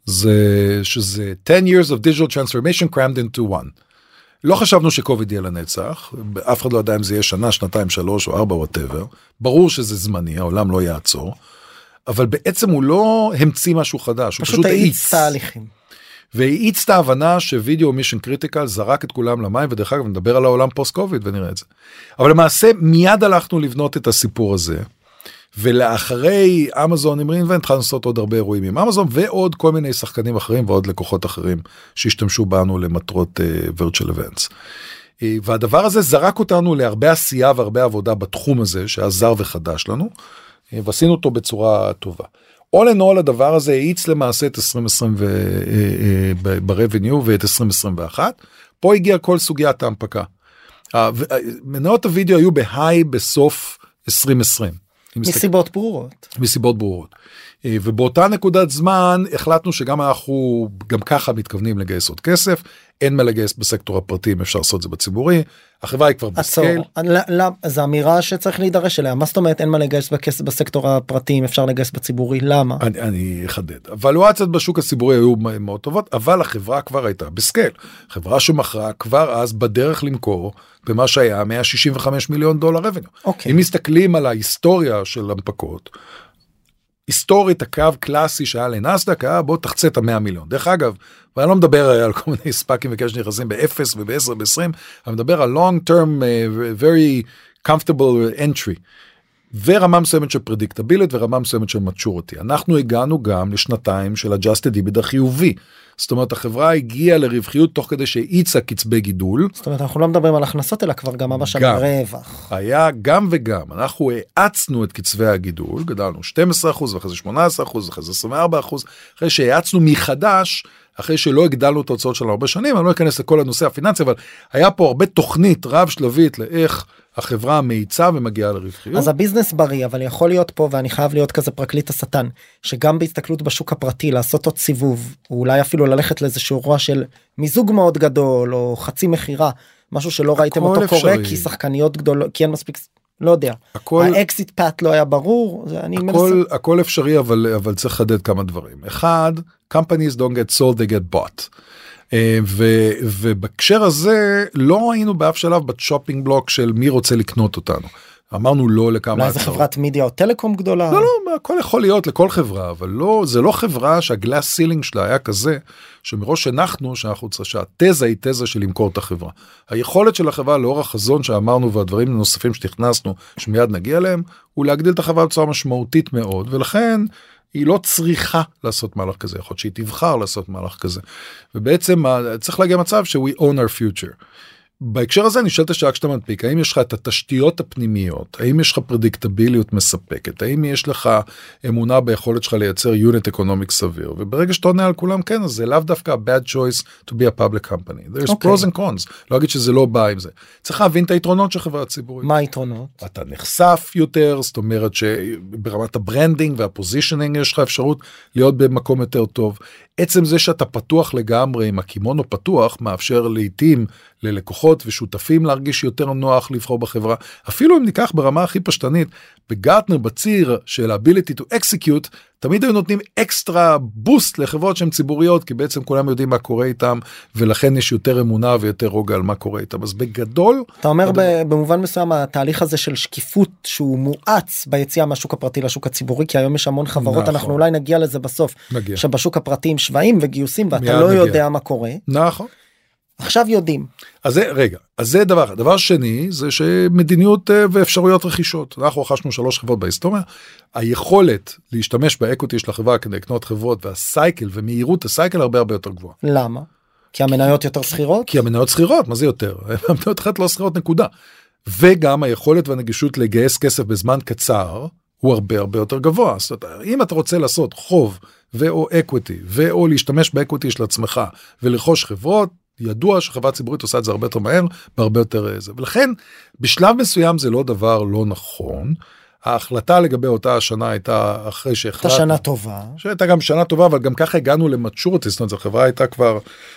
שזה 10 years of digital transformation crammed into one. לא חשבנו שקוביד יהיה לנצח, אף אחד לא יודע אם זה יהיה שנה, שנתיים, 3 או 4, whatever. ברור שזה זמני, העולם לא יעצור, אבל בעצם הוא לא המציא משהו חדש, הוא פשוט האיץ תהליכים. והאיץ את ההבנה שווידאו מישן קריטיקל זרק את כולם למים, ודרך אגב נדבר על העולם פוסט קוביד ונראה את זה. אבל למעשה מיד הלכנו לבנות את הסיפור הזה, ולאחרי אמזון עם reinvent התחלנו לעשות עוד הרבה אירועים עם אמזון, ועוד כל מיני שחקנים אחרים ועוד לקוחות אחרים שהשתמשו בנו למטרות virtual events. והדבר הזה זרק אותנו להרבה עשייה והרבה עבודה בתחום הזה, שעזר וחדש לנו, ועשינו אותו בצורה טובה. all in all הדבר הזה האיץ למעשה את 2020 ברבניו ואת 2021, פה הגיעה כל סוגיית ההנפקה. מניות הוידאו היו בהיי בסוף 2020. מסיבות ברורות. ובאותה נקודת זמן החלטנו שגם אנחנו גם ככה מתכוונים לגייס עוד כסף, אין מה לגייס בסקטור הפרטי, אם אפשר לעשות את זה בציבורי, החברה היא כבר בסקייל. זו אמירה שצריך להידרש אליה, מה זאת אומרת אין מה לגייס בסקטור הפרטי, אם אפשר לגייס בציבורי, למה? אני אחדד, הוולואציות בשוק הציבורי היו מאוד טובות, אבל החברה כבר הייתה בסקייל, חברה שמכרה כבר אז בדרך למכור, במה שהיה $165 מיליון revenue. אם מסתכלים על ההיסטוריה של הנפקות, היסטורית הקו קלאסי שהיה לנסדק היה בוא תחצה את $100 מיליון. דרך אגב, ואני לא מדבר על כל מיני ספקים וכאלה שנכנסים ב-0 וב-10 ב-20, אני מדבר על long term, very comfortable entry, ורמה מסוימת של predictability ורמה מסוימת של maturity. אנחנו הגענו גם לשנתיים של adjusted EBITDA חיובי. זאת אומרת, החברה הגיעה לרווחיות תוך כדי שהאיצה קצבי גידול. זאת אומרת, אנחנו לא מדברים על הכנסות, אלא כבר גם ממש על רווח. היה גם וגם. אנחנו האצנו את קצבי הגידול, גדלנו 12%, ואחרי זה 18%, ואחרי זה 24%, אחרי שהאצנו מחדש, אחרי שלא הגדלנו את ההוצאות שלנו הרבה שנים, אני לא אכנס לכל הנושא הפיננסי, אבל היה פה הרבה תוכנית רב שלבית לאיך החברה מאיצה ומגיעה לרווחיות. אז הביזנס בריא, אבל יכול להיות פה, ואני חייב להיות כזה פרקליט השטן, שגם בהסתכלות בשוק הפרטי, לעשות עוד סיבוב, או אולי אפילו ללכת לאיזשהו רוע של מיזוג מאוד גדול, או חצי מחירה, משהו שלא ראיתם אותו קורה, כי שחקניות גדולות, כי אין מספיק, לא יודע. האקסיט פאט לא היה ברור, הכל אפשרי, אבל צריך לחדד כמה דברים. אחד, companies don't get sold, they get bought. ובקשר הזה לא היינו באף שלב בצ'ופינג בלוק של מי רוצה לקנות אותנו. אמרנו לא לכמה... אולי זו חברת מידיה או טלקום גדולה? לא, הכל יכול להיות לכל חברה, אבל לא, זה לא חברה שהגלאס סילינג שלה היה כזה, שמראש הנחנו שהתזה היא תזה של למכור את החברה. היכולת של החברה לאור החזון שאמרנו והדברים הנוספים שתכנסנו, שמיד נגיע להם, הוא להגדיל את החברה בצורה משמעותית מאוד, ולכן היא לא צריכה לעשות מהלך כזה, יכול להיות שהיא תבחר לעשות מהלך כזה. ובעצם צריך להגיע מצב ש we own our future. בהקשר הזה אני שואל את השאלה כשאתה מנפיק, האם יש לך את התשתיות הפנימיות, האם יש לך פרדיקטביליות מספקת, האם יש לך אמונה ביכולת שלך לייצר יוניט אקונומיק סביר, וברגע שאתה עונה על כולם כן, אז זה לאו דווקא bad choice to be a public company. There's pros and cons, לא אגיד שזה לא בא עם זה. צריך להבין את היתרונות של חברה ציבורית. מה היתרונות? אתה נחשף יותר, זאת אומרת שברמת הברנדינג והפוזישנינג יש לך אפשרות להיות במקום יותר טוב. עצם זה שאתה פתוח לגמרי, עם הקימונו פתוח, מאפשר לעתים ללקוחות ושותפים להרגיש יותר נוח לבחור בחברה. אפילו אם ניקח ברמה הכי פשטנית, בגרטנר בציר של ability to execute, תמיד היו נותנים אקסטרה בוסט לחברות שהן ציבוריות, כי בעצם כולם יודעים מה קורה איתם, ולכן יש יותר אמונה ויותר רוגע על מה קורה איתם. אז בגדול... אתה אומר במובן מסוים, התהליך הזה של שקיפות שהוא מואץ ביציאה מהשוק הפרטי לשוק הציבורי, כי היום יש המון חברות, אנחנו אולי נגיע לזה בסוף, שבשוק הפרטי עם שבעים וגיוסים, ואתה לא יודע מה קורה. נכון. עכשיו יודעים. אז זה, רגע, אז זה דבר. דבר שני, זה שמדיניות ואפשרויות רכישות. אנחנו רכשנו 3 חברות בהיסטוריה. היכולת להשתמש באקוטי של החברה כדי לקנות חברות, והסייקל ומהירות הסייקל הרבה הרבה יותר גבוהה. למה? כי המניות יותר סחירות? כי המניות סחירות, מה זה יותר? המניות אחת לא סחירות, נקודה. וגם היכולת והנגישות לגייס כסף בזמן קצר, הוא הרבה הרבה יותר גבוה. זאת אומרת, אם אתה רוצה לעשות חוב ואו אקוטי, ואו להשתמש באקוטי של עצמך, ולרכוש חברות, ידוע שחברה ציבורית עושה את זה הרבה יותר מהר, בהרבה יותר זה. ולכן, בשלב מסוים זה לא דבר לא נכון. ההחלטה לגבי אותה השנה הייתה אחרי שהחלטה... הייתה שנה טובה. שהייתה גם שנה טובה, אבל גם ככה הגענו למצ'ורטי, זאת אומרת, החברה הייתה כבר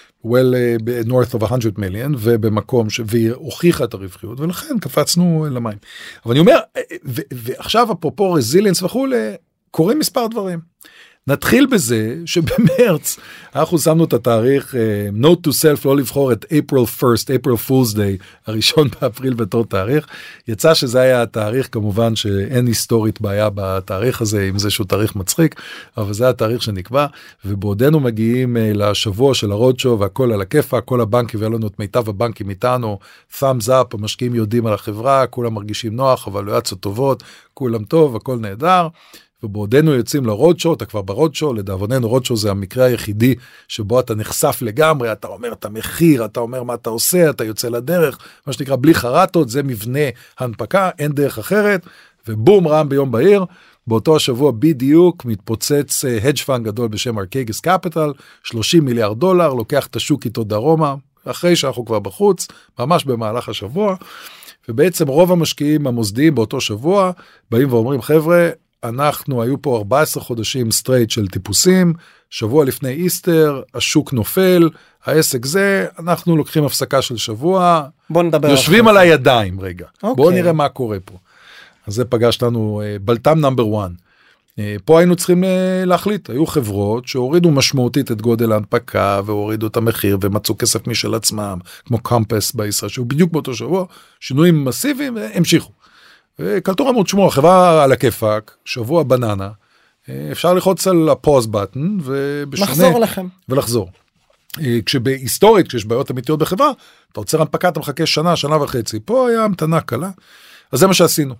north of 100 מיליון, ובמקום והיא הוכיחה את הרווחיות, ולכן קפצנו למים. אבל אני אומר, ועכשיו אפרופו רזיליאנס וכו', קוראים מספר דברים. נתחיל בזה שבמרץ אנחנו שמנו את התאריך note to self לא לבחור את April 1st, April Fool's Day, הראשון באפריל בתור תאריך. יצא שזה היה התאריך, כמובן שאין היסטורית בעיה בתאריך הזה, עם זה שהוא תאריך מצחיק, אבל זה התאריך שנקבע, ובעודנו מגיעים לשבוע של הרודשו, והכל על הכיפה, כל הבנקים, והיה לנו את מיטב הבנקים איתנו, thumbs up, המשקיעים יודעים על החברה, כולם מרגישים נוח, אבל לא יצאו טובות, כולם טוב, הכל נהדר. ובעודנו יוצאים לרודשו, אתה כבר ברודשו, לדאבוננו רודשו זה המקרה היחידי שבו אתה נחשף לגמרי, אתה אומר את המחיר, אתה אומר מה אתה עושה, אתה יוצא לדרך, מה שנקרא בלי חרטות, זה מבנה הנפקה, אין דרך אחרת, ובום רם ביום בהיר, באותו השבוע בדיוק מתפוצץ hedge fund גדול בשם ארקייגס קפיטל, $30 מיליארד, לוקח את השוק איתו דרומה, אחרי שאנחנו כבר בחוץ, ממש במהלך השבוע, ובעצם רוב המשקיעים המוסדיים באותו שבוע, באים ואומרים חבר'ה, אנחנו היו פה 14 חודשים סטרייט של טיפוסים, שבוע לפני איסטר, השוק נופל, העסק זה, אנחנו לוקחים הפסקה של שבוע, יושבים על הידיים רגע, בואו נראה מה קורה פה. אז זה פגש לנו בלטם נאמבר 1. פה היינו צריכים להחליט, היו חברות שהורידו משמעותית את גודל ההנפקה, והורידו את המחיר, ומצאו כסף משל עצמם, כמו קמפס בישראל, שהוא בדיוק באותו שבוע, שינויים מסיביים, המשיכו. קלטורה מאוד שמוע, חברה על הכיפק, שבוע בננה, אפשר לחוץ על הפוז בטן, לחזור לכם. ולחזור. כשבהיסטורית, כשיש בעיות אמיתיות בחברה, אתה עוצר הנפקה, אתה מחכה שנה, שנה וחצי, פה היה המתנה קלה, אז זה מה שעשינו.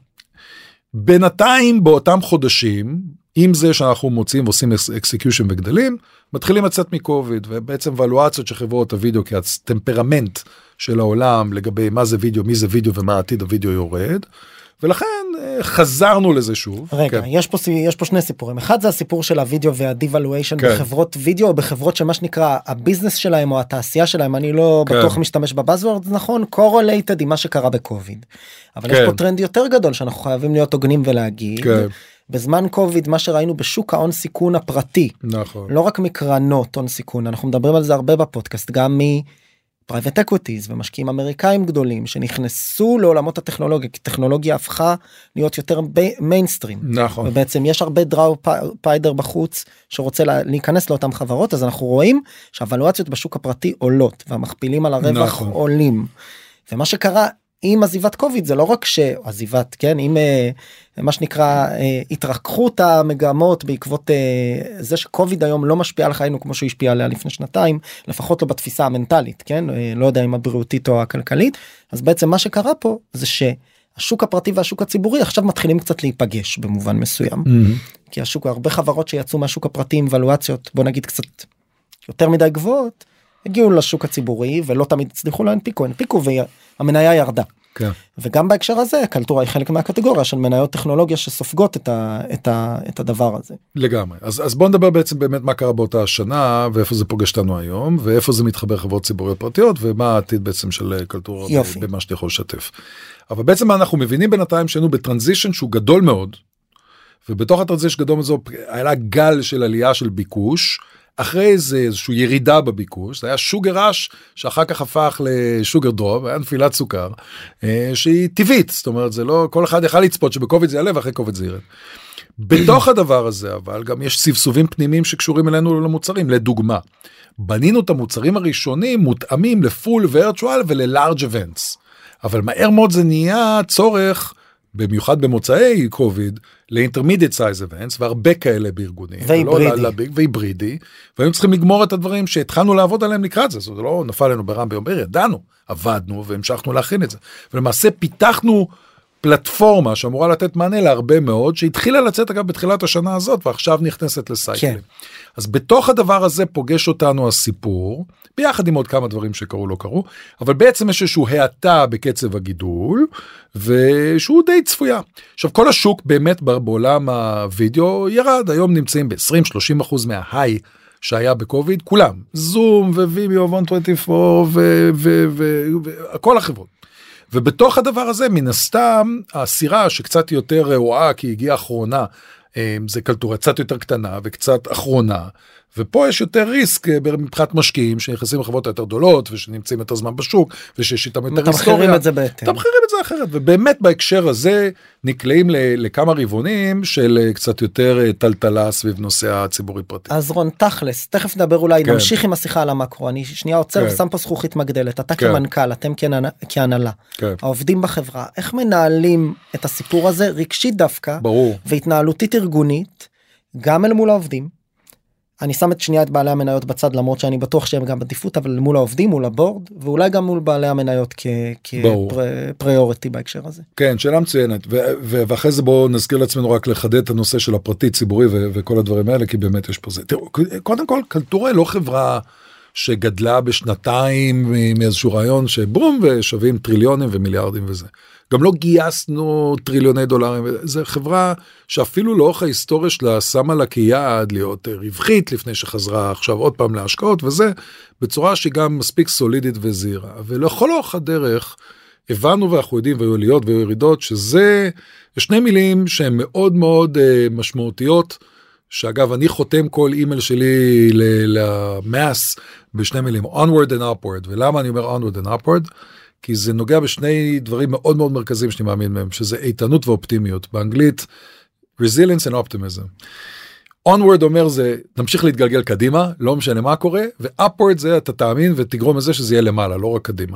בינתיים, באותם חודשים, עם זה שאנחנו מוצאים ועושים אקסקיושן וגדלים, מתחילים לצאת מקוביד, ובעצם ואלואציות של חברות הוידאו, כי הטמפרמנט של העולם, לגבי מה זה וידאו, מי זה וידאו, ומה עתיד הוידאו יורד, ולכן חזרנו לזה שוב. רגע, כן. יש פה 2 סיפורים. אחד זה הסיפור של הוידאו והדיוולואשן כן. בחברות וידאו, או בחברות שמה שנקרא הביזנס שלהם או התעשייה שלהם, אני לא כן. בטוח משתמש בבאזוורד, נכון, correlated עם מה שקרה בקוביד. אבל כן. יש פה טרנד יותר גדול שאנחנו חייבים להיות הוגנים ולהגיד. כן. בזמן קוביד, מה שראינו בשוק ההון סיכון הפרטי, נכון. לא רק מקרנות הון סיכון, אנחנו מדברים על זה הרבה בפודקאסט, גם פרייבט אקוויטיז ומשקיעים אמריקאים גדולים שנכנסו לעולמות הטכנולוגיה, כי טכנולוגיה הפכה להיות יותר מיינסטרים. נכון. ובעצם יש הרבה דראו פיידר בחוץ שרוצה להיכנס לאותם חברות, אז אנחנו רואים שהוולואציות בשוק הפרטי עולות, והמכפילים על הרווח נכון. עולים. ומה שקרה עם עזיבת קוביד זה לא רק שעזיבת, כן, עם מה שנקרא התרככות המגמות בעקבות זה שקוביד היום לא משפיע על חיינו כמו שהוא השפיע עליה לפני שנתיים, לפחות לא בתפיסה המנטלית, כן, לא יודע אם הבריאותית או הכלכלית, אז בעצם מה שקרה פה זה שהשוק הפרטי והשוק הציבורי עכשיו מתחילים קצת להיפגש במובן מסוים, כי השוק, הרבה חברות שיצאו מהשוק הפרטי עם ולואציות, בוא נגיד קצת יותר מדי גבוהות, הגיעו לשוק הציבורי ולא תמיד הצליחו להנפיקו, הנפיקו והמניה ירדה. כן. וגם בהקשר הזה, קלטורה היא חלק מהקטגוריה של מניות טכנולוגיה שסופגות את הדבר הזה. לגמרי. אז בוא נדבר בעצם באמת מה קרה באותה השנה, ואיפה זה פוגש לנו היום, ואיפה זה מתחבר חברות ציבוריות פרטיות, ומה העתיד בעצם של קלטורה במה שאתה יכול לשתף. אבל בעצם אנחנו מבינים בינתיים שהיינו בטרנזישן שהוא גדול מאוד, ובתוך הטרנזישן גדול מזו, היה לה גל של עלייה של ביקוש, אחרי זה איזושהי ירידה בביקוש, זה היה שוגר ראש, שאחר כך הפך לשוגר דרופ, היה נפילת סוכר, שהיא טבעית, זאת אומרת, זה לא, כל אחד יכל לצפות שבקוביד זה יעלה, ואחרי קוביד זה ירד. בתוך הדבר הזה, אבל גם יש סבסובים פנימיים שקשורים אלינו למוצרים, לדוגמה, בנינו את המוצרים הראשונים, מותאמים לפול וירטואל וללארג' אבנטס, אבל מהר מאוד זה נהיה צורך, במיוחד במוצאי קוביד, לאינטרמידיאט סייז אבנטס, והרבה כאלה בארגונים. והיברידי. והיינו צריכים לגמור את הדברים שהתחלנו לעבוד עליהם לקראת זה. זה לא נפל לנו ברם ביום ביום, ידענו, עבדנו והמשכנו להכין את זה. ולמעשה פיתחנו פלטפורמה שאמורה לתת מענה להרבה מאוד, שהתחילה לצאת אגב בתחילת השנה הזאת, ועכשיו נכנסת לסייקלים. אז בתוך הדבר הזה פוגש אותנו הסיפור, ביחד עם עוד כמה דברים שקרו לא קרו, אבל בעצם יש איזשהו האטה בקצב הגידול, ושהוא די צפויה. עכשיו כל השוק באמת בעולם הווידאו ירד, היום נמצאים ב-20-30% מההיי שהיה בקוביד, כולם, זום ווימיו 124 וכל החברות. ובתוך הדבר הזה, מן הסתם, הסירה שקצת יותר רעועה, כי הגיעה אחרונה, זה קלטורה קצת יותר קטנה וקצת אחרונה, ופה יש יותר ריסק מבחינת משקיעים שנכנסים לחברות יותר גדולות ושנמצאים יותר זמן בשוק ושיש איתם יותר היסטוריה. מתמחרים את זה בהתאם. מתמחרים את זה אחרת, ובאמת בהקשר הזה נקלעים לכמה רבעונים של קצת יותר טלטלה סביב נושא הציבורי פרטי. אז רון, תכלס, תכף נדבר אולי, נמשיך עם השיחה על המקרו, אני שנייה עוצר ושם פה זכוכית מגדלת, אתה כמנכ"ל, אתם כהנהלה, העובדים בחברה, איך מנהלים את הסיפור הזה רגשית דווקא, והתנהלותית ארגונית, גם אל מול העובדים, אני שם את שנייה את בעלי המניות בצד, למרות שאני בטוח שהם גם בעדיפות, אבל מול העובדים, מול הבורד, ואולי גם מול בעלי המניות כפריוריטי בהקשר הזה. כן, שאלה מצוינת, ואחרי זה בואו נזכיר לעצמנו רק לחדד את הנושא של הפרטי, ציבורי וכל הדברים האלה, כי באמת יש פה זה. תראו, קודם כל, קלטורה היא לא חברה שגדלה בשנתיים מאיזשהו רעיון שבום ושווים טריליונים ומיליארדים וזה. גם לא גייסנו טריליוני דולרים, זו חברה שאפילו לאורך ההיסטוריה שלה שמה לה כיעד להיות רווחית לפני שחזרה עכשיו עוד פעם להשקעות וזה, בצורה שהיא גם מספיק סולידית וזהירה. ולכל אורך הדרך הבנו ואנחנו יודעים והיו עליות והיו ירידות, שזה שני מילים שהן מאוד מאוד משמעותיות, שאגב אני חותם כל אימייל שלי למאס בשני מילים, onward and upward, ולמה אני אומר onward and upward? כי זה נוגע בשני דברים מאוד מאוד מרכזיים שאני מאמין מהם, שזה איתנות ואופטימיות. באנגלית, resilience and optimism. onward אומר זה, נמשיך להתגלגל קדימה, לא משנה מה קורה, ו-upward זה אתה תאמין ותגרום לזה שזה יהיה למעלה, לא רק קדימה.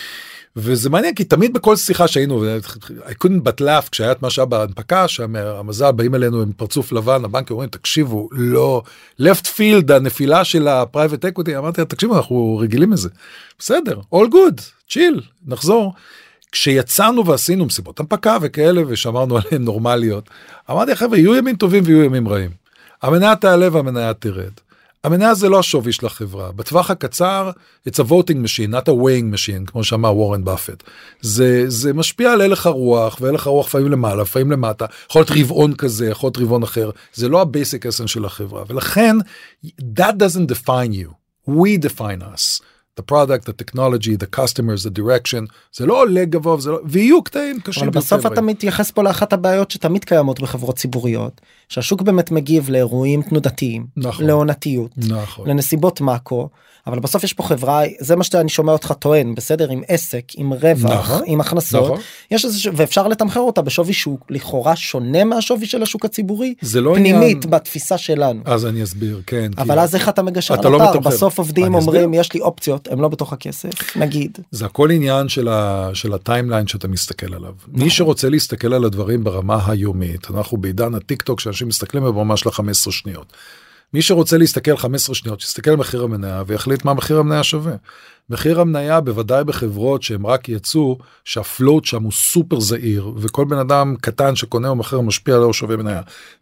וזה מעניין, כי תמיד בכל שיחה שהיינו, I couldn't but laugh, כשהיה את מה שהיה בהנפקה, שהמזל באים אלינו עם פרצוף לבן, הבנק אומרים, תקשיבו, לא, left field, הנפילה של ה-private equity, אמרתי, תקשיבו, אנחנו רגילים לזה. בסדר, all good, chill, נחזור. כשיצאנו ועשינו מסיבות הנפקה וכאלה, ושמרנו עליהן נורמליות, אמרתי, חבר'ה, יהיו ימים טובים ויהיו ימים רעים. המניה תעלה והמניה תרד. המניה זה לא השווי של החברה. בטווח הקצר, it's a voting machine, not a weighing machine, כמו שאמר וורן באפט. זה משפיע על הלך הרוח, והלך הרוח לפעמים למעלה, לפעמים למטה. יכול להיות רבעון כזה, יכול להיות רבעון אחר. זה לא ה-basic essence של החברה. ולכן, that doesn't define you. We define us. The product, the technology, the customers, the direction, זה לא עולה גבוה, ויהיו קטעים קשים. אבל בסוף אתה מתייחס פה לאחת הבעיות שתמיד קיימות בחברות ציבוריות, שהשוק באמת מגיב לאירועים תנודתיים, לעונתיות, לנסיבות מקרו, אבל בסוף יש פה חברה, זה מה שאני שומע אותך טוען, בסדר, עם עסק, עם רווח, עם הכנסות, יש איזה, ואפשר לתמחר אותה בשווי שהוא לכאורה שונה מהשווי של השוק הציבורי, פנימית בתפיסה שלנו. אז אני אסביר, כן. אבל אז איך אתה מגשר על הפער? בסוף עובדים אומרים, יש לי אופציות, הם לא בתוך הכסף, נגיד. זה הכל עניין של הטיימליין שאתה מסתכל עליו. מי שרוצה להסתכל על הדברים ברמה היומית, אנחנו בעידן הטיק טוק, שאנשים מסתכלים ברמה של 15 שניות. מי שרוצה להסתכל 15 שניות, שיסתכל על מחיר המניה ויחליט מה מחיר המניה שווה. מחיר המניה בוודאי בחברות שהם רק יצאו, שהפלוט שם הוא סופר זהיר, וכל בן אדם קטן שקונה או מחר משפיע עליו שווה מניה.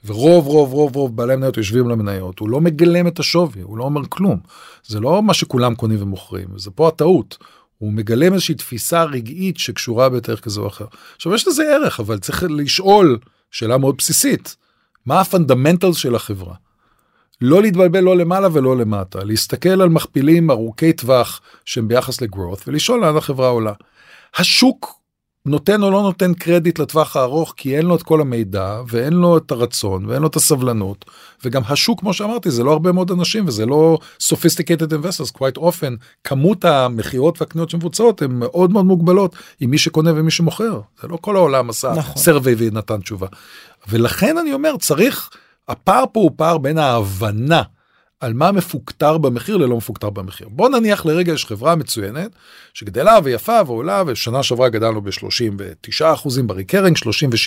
ורוב בעלי מניות יושבים למניות, הוא לא מגלם את השווי, הוא לא אומר כלום. זה לא מה שכולם קונים ומוכרים, זה פה הטעות. הוא מגלם איזושהי תפיסה רגעית שקשורה בערך כזה או אחר. עכשיו יש לזה ערך, אבל צריך לשאול שאלה מאוד בסיסית, מה הפונדמנטלס של החברה? לא להתבלבל לא למעלה ולא למטה, להסתכל על מכפילים ארוכי טווח שהם ביחס לגרוth, ולשאול לאן החברה עולה. השוק נותן או לא נותן קרדיט לטווח הארוך, כי אין לו את כל המידע, ואין לו את הרצון, ואין לו את הסבלנות, וגם השוק, כמו שאמרתי, זה לא הרבה מאוד אנשים, וזה לא sophisticated investors, quite often, כמות המחירות והקניות שמבוצעות, הן מאוד מאוד מוגבלות, עם מי שקונה ומי שמוכר. זה לא כל העולם עשה סרווי ונתן תשובה. ולכן אני אומר, צריך, הפער פה הוא פער בין ההבנה, על מה מפוקטר במחיר ללא מפוקטר במחיר. בוא נניח לרגע יש חברה מצוינת, שגדלה ויפה ועולה, ושנה שעברה גדלנו ב-39% בריקרינג,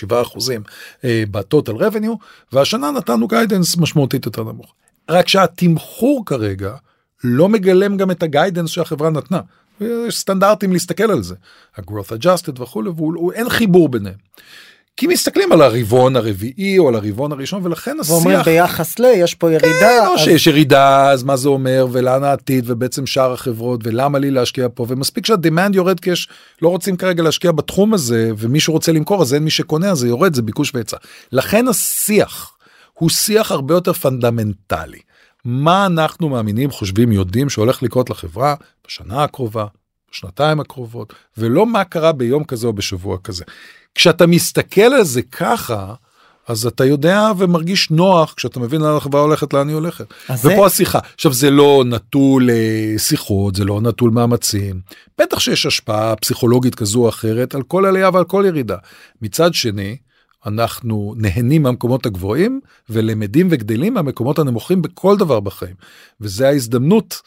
37% בטוטל רבניו, והשנה נתנו גיידנס משמעותית יותר נמוך. רק שהתמחור כרגע לא מגלם גם את הגיידנס שהחברה נתנה. יש סטנדרטים להסתכל על זה. ה-growth adjusted וכו', ואין חיבור ביניהם. כי מסתכלים על הרבעון הרביעי או על הרבעון הראשון, ולכן השיח... ואומרים ביחס יש פה ירידה. כן, או שיש ירידה, אז מה זה אומר, ולאן העתיד, ובעצם שאר החברות, ולמה לי להשקיע פה, ומספיק שהדימנד יורד, כי לא רוצים כרגע להשקיע בתחום הזה, ומישהו רוצה למכור, אז אין מי שקונה, אז זה יורד, זה ביקוש והיצע. לכן השיח הוא שיח הרבה יותר פונדמנטלי. מה אנחנו מאמינים, חושבים, יודעים שהולך לקרות לחברה בשנה הקרובה, בשנתיים הקרובות, ולא מה קרה ביום כזה או בשבוע כזה. כשאתה מסתכל על זה ככה, אז אתה יודע ומרגיש נוח, כשאתה מבין לאן החברה הולכת, לאן היא הולכת. ופה השיחה. עכשיו, זה לא נטול שיחות, זה לא נטול מאמצים. בטח שיש השפעה פסיכולוגית כזו או אחרת, על כל עלייה ועל כל ירידה. מצד שני, אנחנו נהנים מהמקומות הגבוהים, ולמדים וגדלים מהמקומות הנמוכים בכל דבר בחיים. וזה ההזדמנות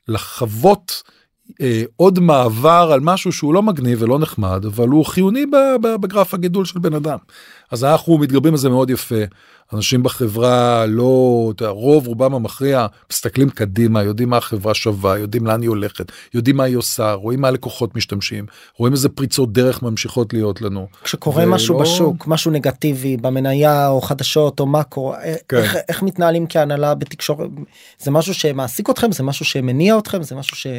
לחוות עוד מעבר על משהו שהוא לא מגניב ולא נחמד, אבל הוא חיוני בגרף הגידול של בן אדם. אז אנחנו מתגברים על זה מאוד יפה. אנשים בחברה לא, רובם המכריע, מסתכלים קדימה, יודעים מה החברה שווה, יודעים לאן היא הולכת, יודעים מה היא עושה, רואים מה הלקוחות משתמשים, רואים איזה פריצות דרך ממשיכות להיות לנו. כשקורה משהו בשוק, משהו נגטיבי, במניה או חדשות או מקרו, איך מתנהלים כהנהלה בתקשורת? זה משהו שמעסיק אתכם? זה משהו שמניע אתכם? זה משהו ש...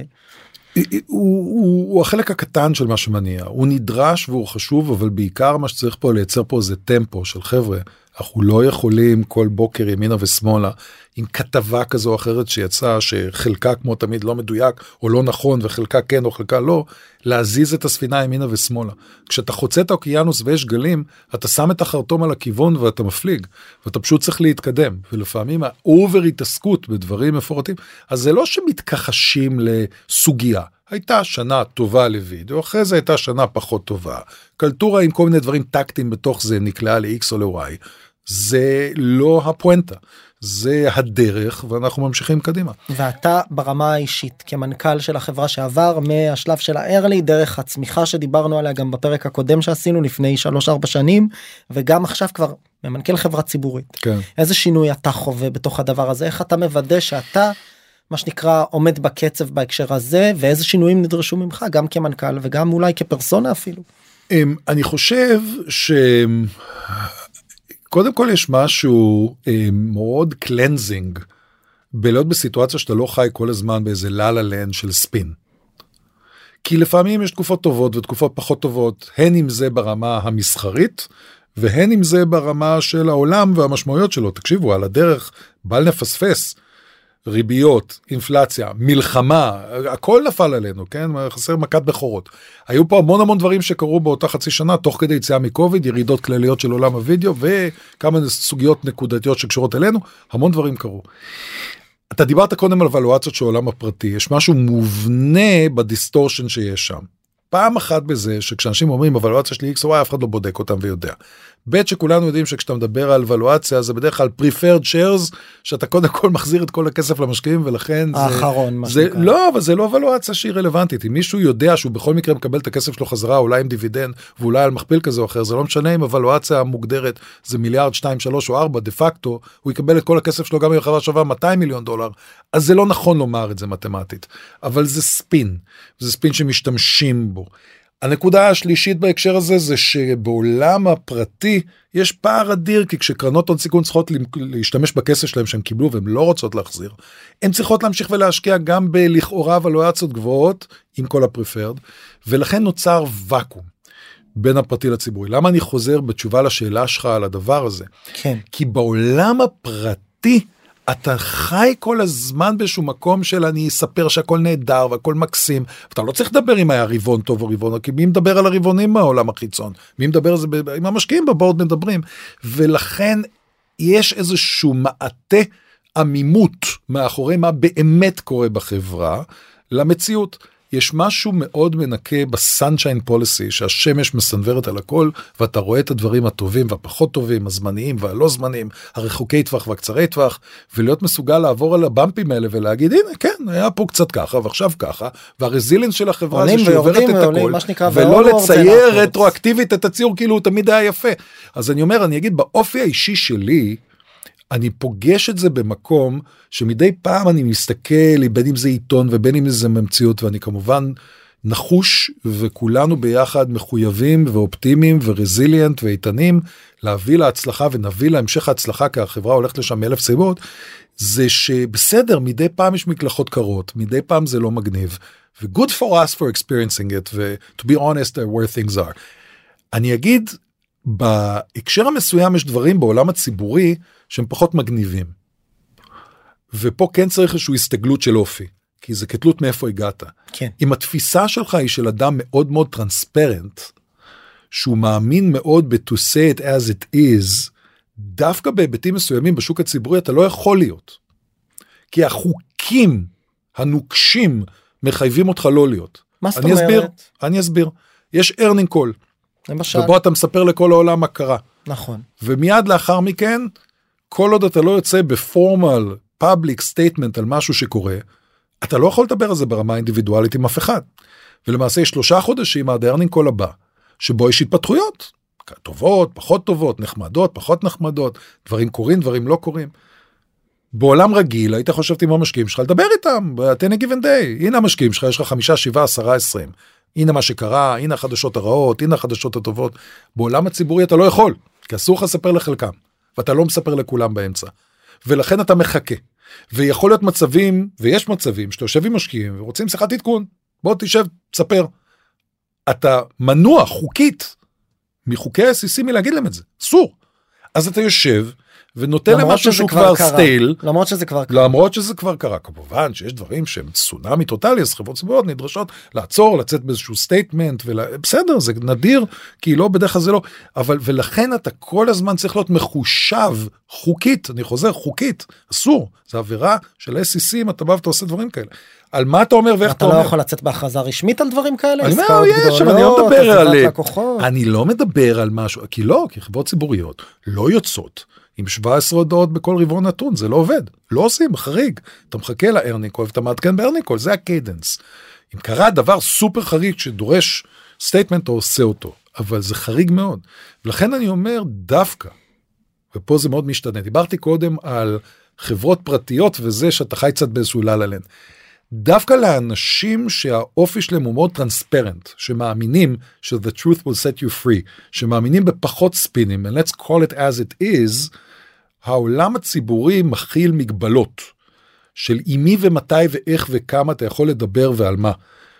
הוא החלק הקטן של מה שמניע, הוא נדרש והוא חשוב, אבל בעיקר מה שצריך פה לייצר פה זה טמפו של חבר'ה, אנחנו לא יכולים כל בוקר ימינה ושמאלה, עם כתבה כזו או אחרת שיצאה, שחלקה כמו תמיד לא מדויק או לא נכון, וחלקה כן או חלקה לא, להזיז את הספינה ימינה ושמאלה. כשאתה חוצה את האוקיינוס ויש גלים, אתה שם את החרטום על הכיוון ואתה מפליג, ואתה פשוט צריך להתקדם, ולפעמים האובר התעסקות בדברים מפורטים, אז זה לא שמתכחשים לסוגיה, הייתה שנה טובה לוידאו, אחרי זה הייתה שנה פחות טובה, קלטורה עם כל מיני דברים טקטיים בתוך זה נקלעה ל-X או ל-Y, זה לא הפואנטה, זה הדרך, ואנחנו ממשיכים קדימה. ואתה ברמה האישית, כמנכ"ל של החברה שעבר מהשלב של הארלי, דרך הצמיחה שדיברנו עליה גם בפרק הקודם שעשינו לפני 3-4 שנים, וגם עכשיו כבר ממנכ"ל חברה ציבורית. כן. איזה שינוי אתה חווה בתוך הדבר הזה? איך אתה מוודא שאתה, מה שנקרא, עומד בקצב בהקשר הזה, ואיזה שינויים נדרשו ממך, גם כמנכ"ל וגם אולי כפרסונה אפילו? אני חושב קודם כל יש משהו מאוד קלנזינג, בלהיות בסיטואציה שאתה לא חי כל הזמן באיזה ללה-לנד של ספין. כי לפעמים יש תקופות טובות ותקופות פחות טובות, הן אם זה ברמה המסחרית, והן אם זה ברמה של העולם והמשמעויות שלו. תקשיבו, על הדרך, בל נפספס, ריביות, אינפלציה, מלחמה, הכל נפל עלינו, כן? חסר מכת בכורות. היו פה המון דברים שקרו באותה חצי שנה, תוך כדי יציאה מקוביד, ירידות כלליות של עולם הוידאו, וכמה סוגיות נקודתיות שקשורות אלינו, המון דברים קרו. אתה דיברת קודם על ולואציות של עולם הפרטי, יש משהו מובנה בדיסטורשן שיש שם. פעם אחת בזה, שכשאנשים אומרים, הוולואציה שלי X או Y, אף אחד לא בודק אותם ויודע. ב' שכולנו יודעים שכשאתה מדבר על ולואציה, זה בדרך כלל preferred shares, שאתה קודם כל מחזיר את כל הכסף למשקיעים, ולכן האחרון, מה שנקרא. לא, אבל זה לא ולואציה שהיא רלוונטית. אם מישהו יודע שהוא בכל מקרה מקבל את הכסף שלו חזרה, אולי עם דיבידנד, ואולי על מכפיל כזה או אחר, זה לא משנה אם הוולואציה המוגדרת, זה מיליארד, 2, 3 או 4, דה פקטו, הוא יקבל את כל הכסף שלו גם אם החברה שווה $200 מיליון. אז זה לא נכון לומר את זה מתמטית. אבל זה ספין. זה ספין שמשתמשים בו. הנקודה השלישית בהקשר הזה זה שבעולם הפרטי יש פער אדיר, כי כשקרנות הון סיכון צריכות להשתמש בכסף שלהם שהם קיבלו והם לא רוצות להחזיר, הן צריכות להמשיך ולהשקיע גם בלכאורה ולואציות גבוהות עם כל הפריפרד, ולכן נוצר וקום בין הפרטי לציבורי. למה אני חוזר בתשובה לשאלה שלך על הדבר הזה? כן. כי בעולם הפרטי אתה חי כל הזמן באיזשהו מקום של אני אספר שהכל נהדר והכל מקסים, ואתה לא צריך לדבר אם היה ריבון טוב או ריבון, כי מי מדבר על הריבונים מהעולם החיצון? מי מדבר על זה? עם המשקיעים בבורד מדברים, ולכן יש איזשהו מעטה עמימות מאחורי מה באמת קורה בחברה למציאות. יש משהו מאוד מנקה בסנשיין פוליסי, שהשמש מסנברת על הכל, ואתה רואה את הדברים הטובים והפחות טובים, הזמניים והלא זמניים, הרחוקי טווח והקצרי טווח, ולהיות מסוגל לעבור על הבמפים האלה ולהגיד, הנה, כן, היה פה קצת ככה ועכשיו ככה, והרזילינס של החברה זה שעוברת את הכל, ולא לצייר רטרואקטיבית את הציור כאילו הוא תמיד היה יפה. אז אני אומר, אני אגיד, באופי האישי שלי, אני פוגש את זה במקום שמדי פעם אני מסתכל, בין אם זה עיתון ובין אם זה ממציאות, ואני כמובן נחוש, וכולנו ביחד מחויבים ואופטימיים ורזיליאנט ואיתנים, להביא להצלחה ונביא להמשך ההצלחה, כי החברה הולכת לשם 1000 סיבות, זה שבסדר, מדי פעם יש מקלחות קרות, מדי פעם זה לא מגניב, ו-good for us for experiencing it, ו-to be honest where things are. אני אגיד, בהקשר המסוים יש דברים בעולם הציבורי שהם פחות מגניבים. ופה כן צריך איזושהי הסתגלות של אופי, כי זה כתלות מאיפה הגעת. כן. אם התפיסה שלך היא של אדם מאוד מאוד טרנספרנט, שהוא מאמין מאוד ב-to say it as it is, דווקא בהיבטים מסוימים בשוק הציבורי אתה לא יכול להיות. כי החוקים הנוקשים מחייבים אותך לא להיות. מה זאת אומרת? אני אסביר. יש earning call. למשל. ובו אתה מספר לכל העולם מה קרה. נכון. ומיד לאחר מכן, כל עוד אתה לא יוצא בפורמל, פאבליק סטייטמנט על משהו שקורה, אתה לא יכול לדבר על זה ברמה אינדיבידואלית עם אף אחד. ולמעשה יש 3 חודשים עד הארנינג קול הבא, שבו יש התפתחויות. טובות, פחות טובות, נחמדות, פחות נחמדות, דברים קורים, דברים לא קורים. בעולם רגיל, היית חושבת עם המשקיעים שלך, לדבר איתם, תן גיוון דיי. הנה המשקיעים שלך, יש לך 5, 7, 10, 20. הנה מה שקרה, הנה החדשות הרעות, הנה החדשות הטובות. בעולם הציבורי אתה לא יכול, כי אסור לך לספר לחלקם, ואתה לא מספר לכולם באמצע. ולכן אתה מחכה. ויכול להיות מצבים, ויש מצבים, שאתה יושב עם משקיעים, ורוצים שיחת עדכון. בוא תשב, תספר. אתה מנוע חוקית, מחוקי ה-SEC מלהגיד להם את זה. אסור. אז אתה יושב, ונותן למשהו שהוא כבר סטייל. למרות שזה כבר קרה. למרות שזה כבר קרה. כמובן שיש דברים שהם צונאמי טוטלי, אז חברות ציבוריות נדרשות לעצור, לצאת באיזשהו סטייטמנט, בסדר, זה נדיר, כי לא, בדרך כלל זה לא. אבל, ולכן אתה כל הזמן צריך להיות מחושב, חוקית, אני חוזר, חוקית, אסור. זה עבירה של SEC, אם אתה בא ואתה עושה דברים כאלה. על מה אתה אומר ואיך אתה אומר? אתה לא יכול לצאת בהכרזה רשמית על דברים כאלה? אני אומר, יש, אבל אני לא מדבר על... אני לא מדבר על משהו, כי לא, כי חברות ציבוריות לא יוצאות עם 17 הודעות בכל רבעון נתון, זה לא עובד. לא עושים, חריג. אתה מחכה לארנינג קול, ואתה מעדכן בארנינג קול, זה הקיידנס. אם קרה דבר סופר חריג שדורש סטייטמנט, או עושה אותו. אבל זה חריג מאוד. ולכן אני אומר דווקא, ופה זה מאוד משתנה. דיברתי קודם על חברות פרטיות, וזה שאתה חי קצת באיזשהו לללן. דווקא לאנשים שהאופי שלהם הוא מאוד טרנספרנט, שמאמינים ש-the truth will set you free, שמאמינים בפחות ספינים, and let's call it as it is, העולם הציבורי מכיל מגבלות, של מי ומתי ואיך וכמה אתה יכול לדבר ועל מה.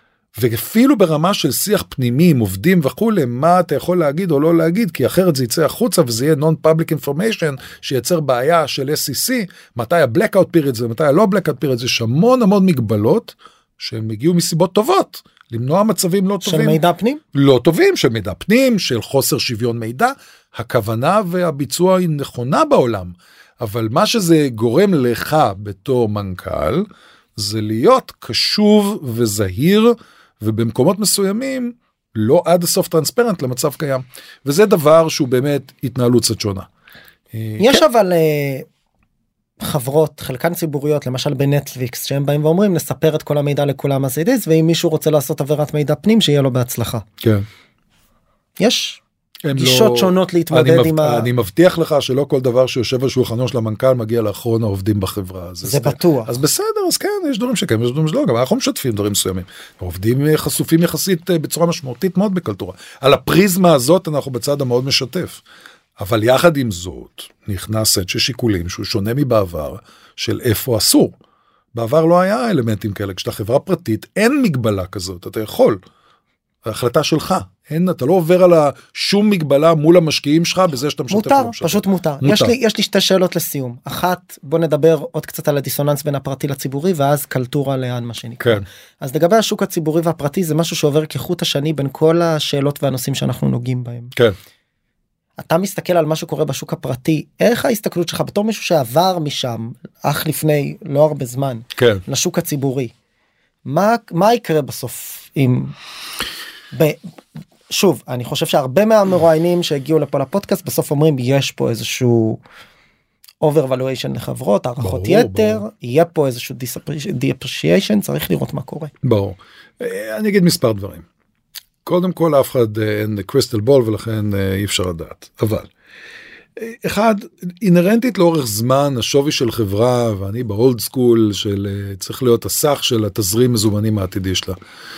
ואפילו ברמה של שיח פנימי עם עובדים וכו', מה אתה יכול להגיד או לא להגיד, כי אחרת זה יצא החוצה וזה יהיה non-public information, שייצר בעיה של SEC, מתי ה-blackout period זה, מתי ה-לא-blackout period זה, יש המון המון מגבלות, שהם הגיעו מסיבות טובות, למנוע מצבים לא טובים. של מידע פנים? לא טובים, של מידע פנים, של חוסר שוויון מידע, הכוונה והביצוע היא נכונה בעולם, אבל מה שזה גורם לך בתור מנכ"ל, זה להיות קשוב וזהיר, ובמקומות מסוימים לא עד הסוף טרנספרנט למצב קיים. וזה דבר שהוא באמת התנהלות קצת שונה. יש אבל חברות, חלקן ציבוריות, למשל בנטפליקס, שהם באים ואומרים, נספר את כל המידע לכולם as it is, ואם מישהו רוצה לעשות עבירת מידע פנים, שיהיה לו בהצלחה. כן. יש גישות שונות להתמודד עם אני מבטיח לך שלא כל דבר שיושב על שולחנו של המנכ"ל מגיע לאחרון העובדים בחברה. זה בטוח. אז בסדר, אז כן, יש דברים שכן, יש דברים שלא, גם אנחנו משתפים דברים מסוימים. העובדים חשופים יחסית בצורה משמעותית מאוד בקלטורה. על הפריזמה הזאת אנחנו בצד המאוד משתף. אבל יחד עם זאת, נכנס סט של שיקולים שהוא שונה מבעבר, של איפה אסור. בעבר לא היה אלמנטים כאלה, כשאתה חברה פרטית, אין מגבלה כזאת, אתה יכול. ההחלטה שלך, אתה לא עובר על שום מגבלה מול המשקיעים שלך, בזה שאתה משתף. מותר, פשוט מותר. יש לי שתי שאלות לסיום. אחת, בוא נדבר עוד קצת על הדיסוננס בין הפרטי לציבורי, ואז קלטורה לאן מה שנקרא. כן. אז לגבי השוק הציבורי והפרטי, זה משהו שעובר כחוט השני בין כל השאלות והנושאים שאנחנו נוגעים בהם. כן. אתה מסתכל על מה שקורה בשוק הפרטי, איך ההסתכלות שלך בתור מישהו שעבר משם, אך לפני לא הרבה זמן, כן. לשוק הציבורי, מה יקרה בסוף אם... שוב, אני חושב שהרבה מהמרואיינים שהגיעו לפה לפודקאסט, בסוף אומרים, יש פה איזשהו overvaluation לחברות, הערכות יתר, יהיה פה איזשהו depreciation, צריך לראות מה קורה. ברור. אני אגיד מספר דברים. קודם כל, אף אחד אין קריסטל בול, ולכן אי אפשר לדעת. אבל, אחד, אינרנטית לאורך זמן, השווי של חברה, ואני באולד סקול, צריך להיות הסך של התזרים מזומנים העתידי שלה.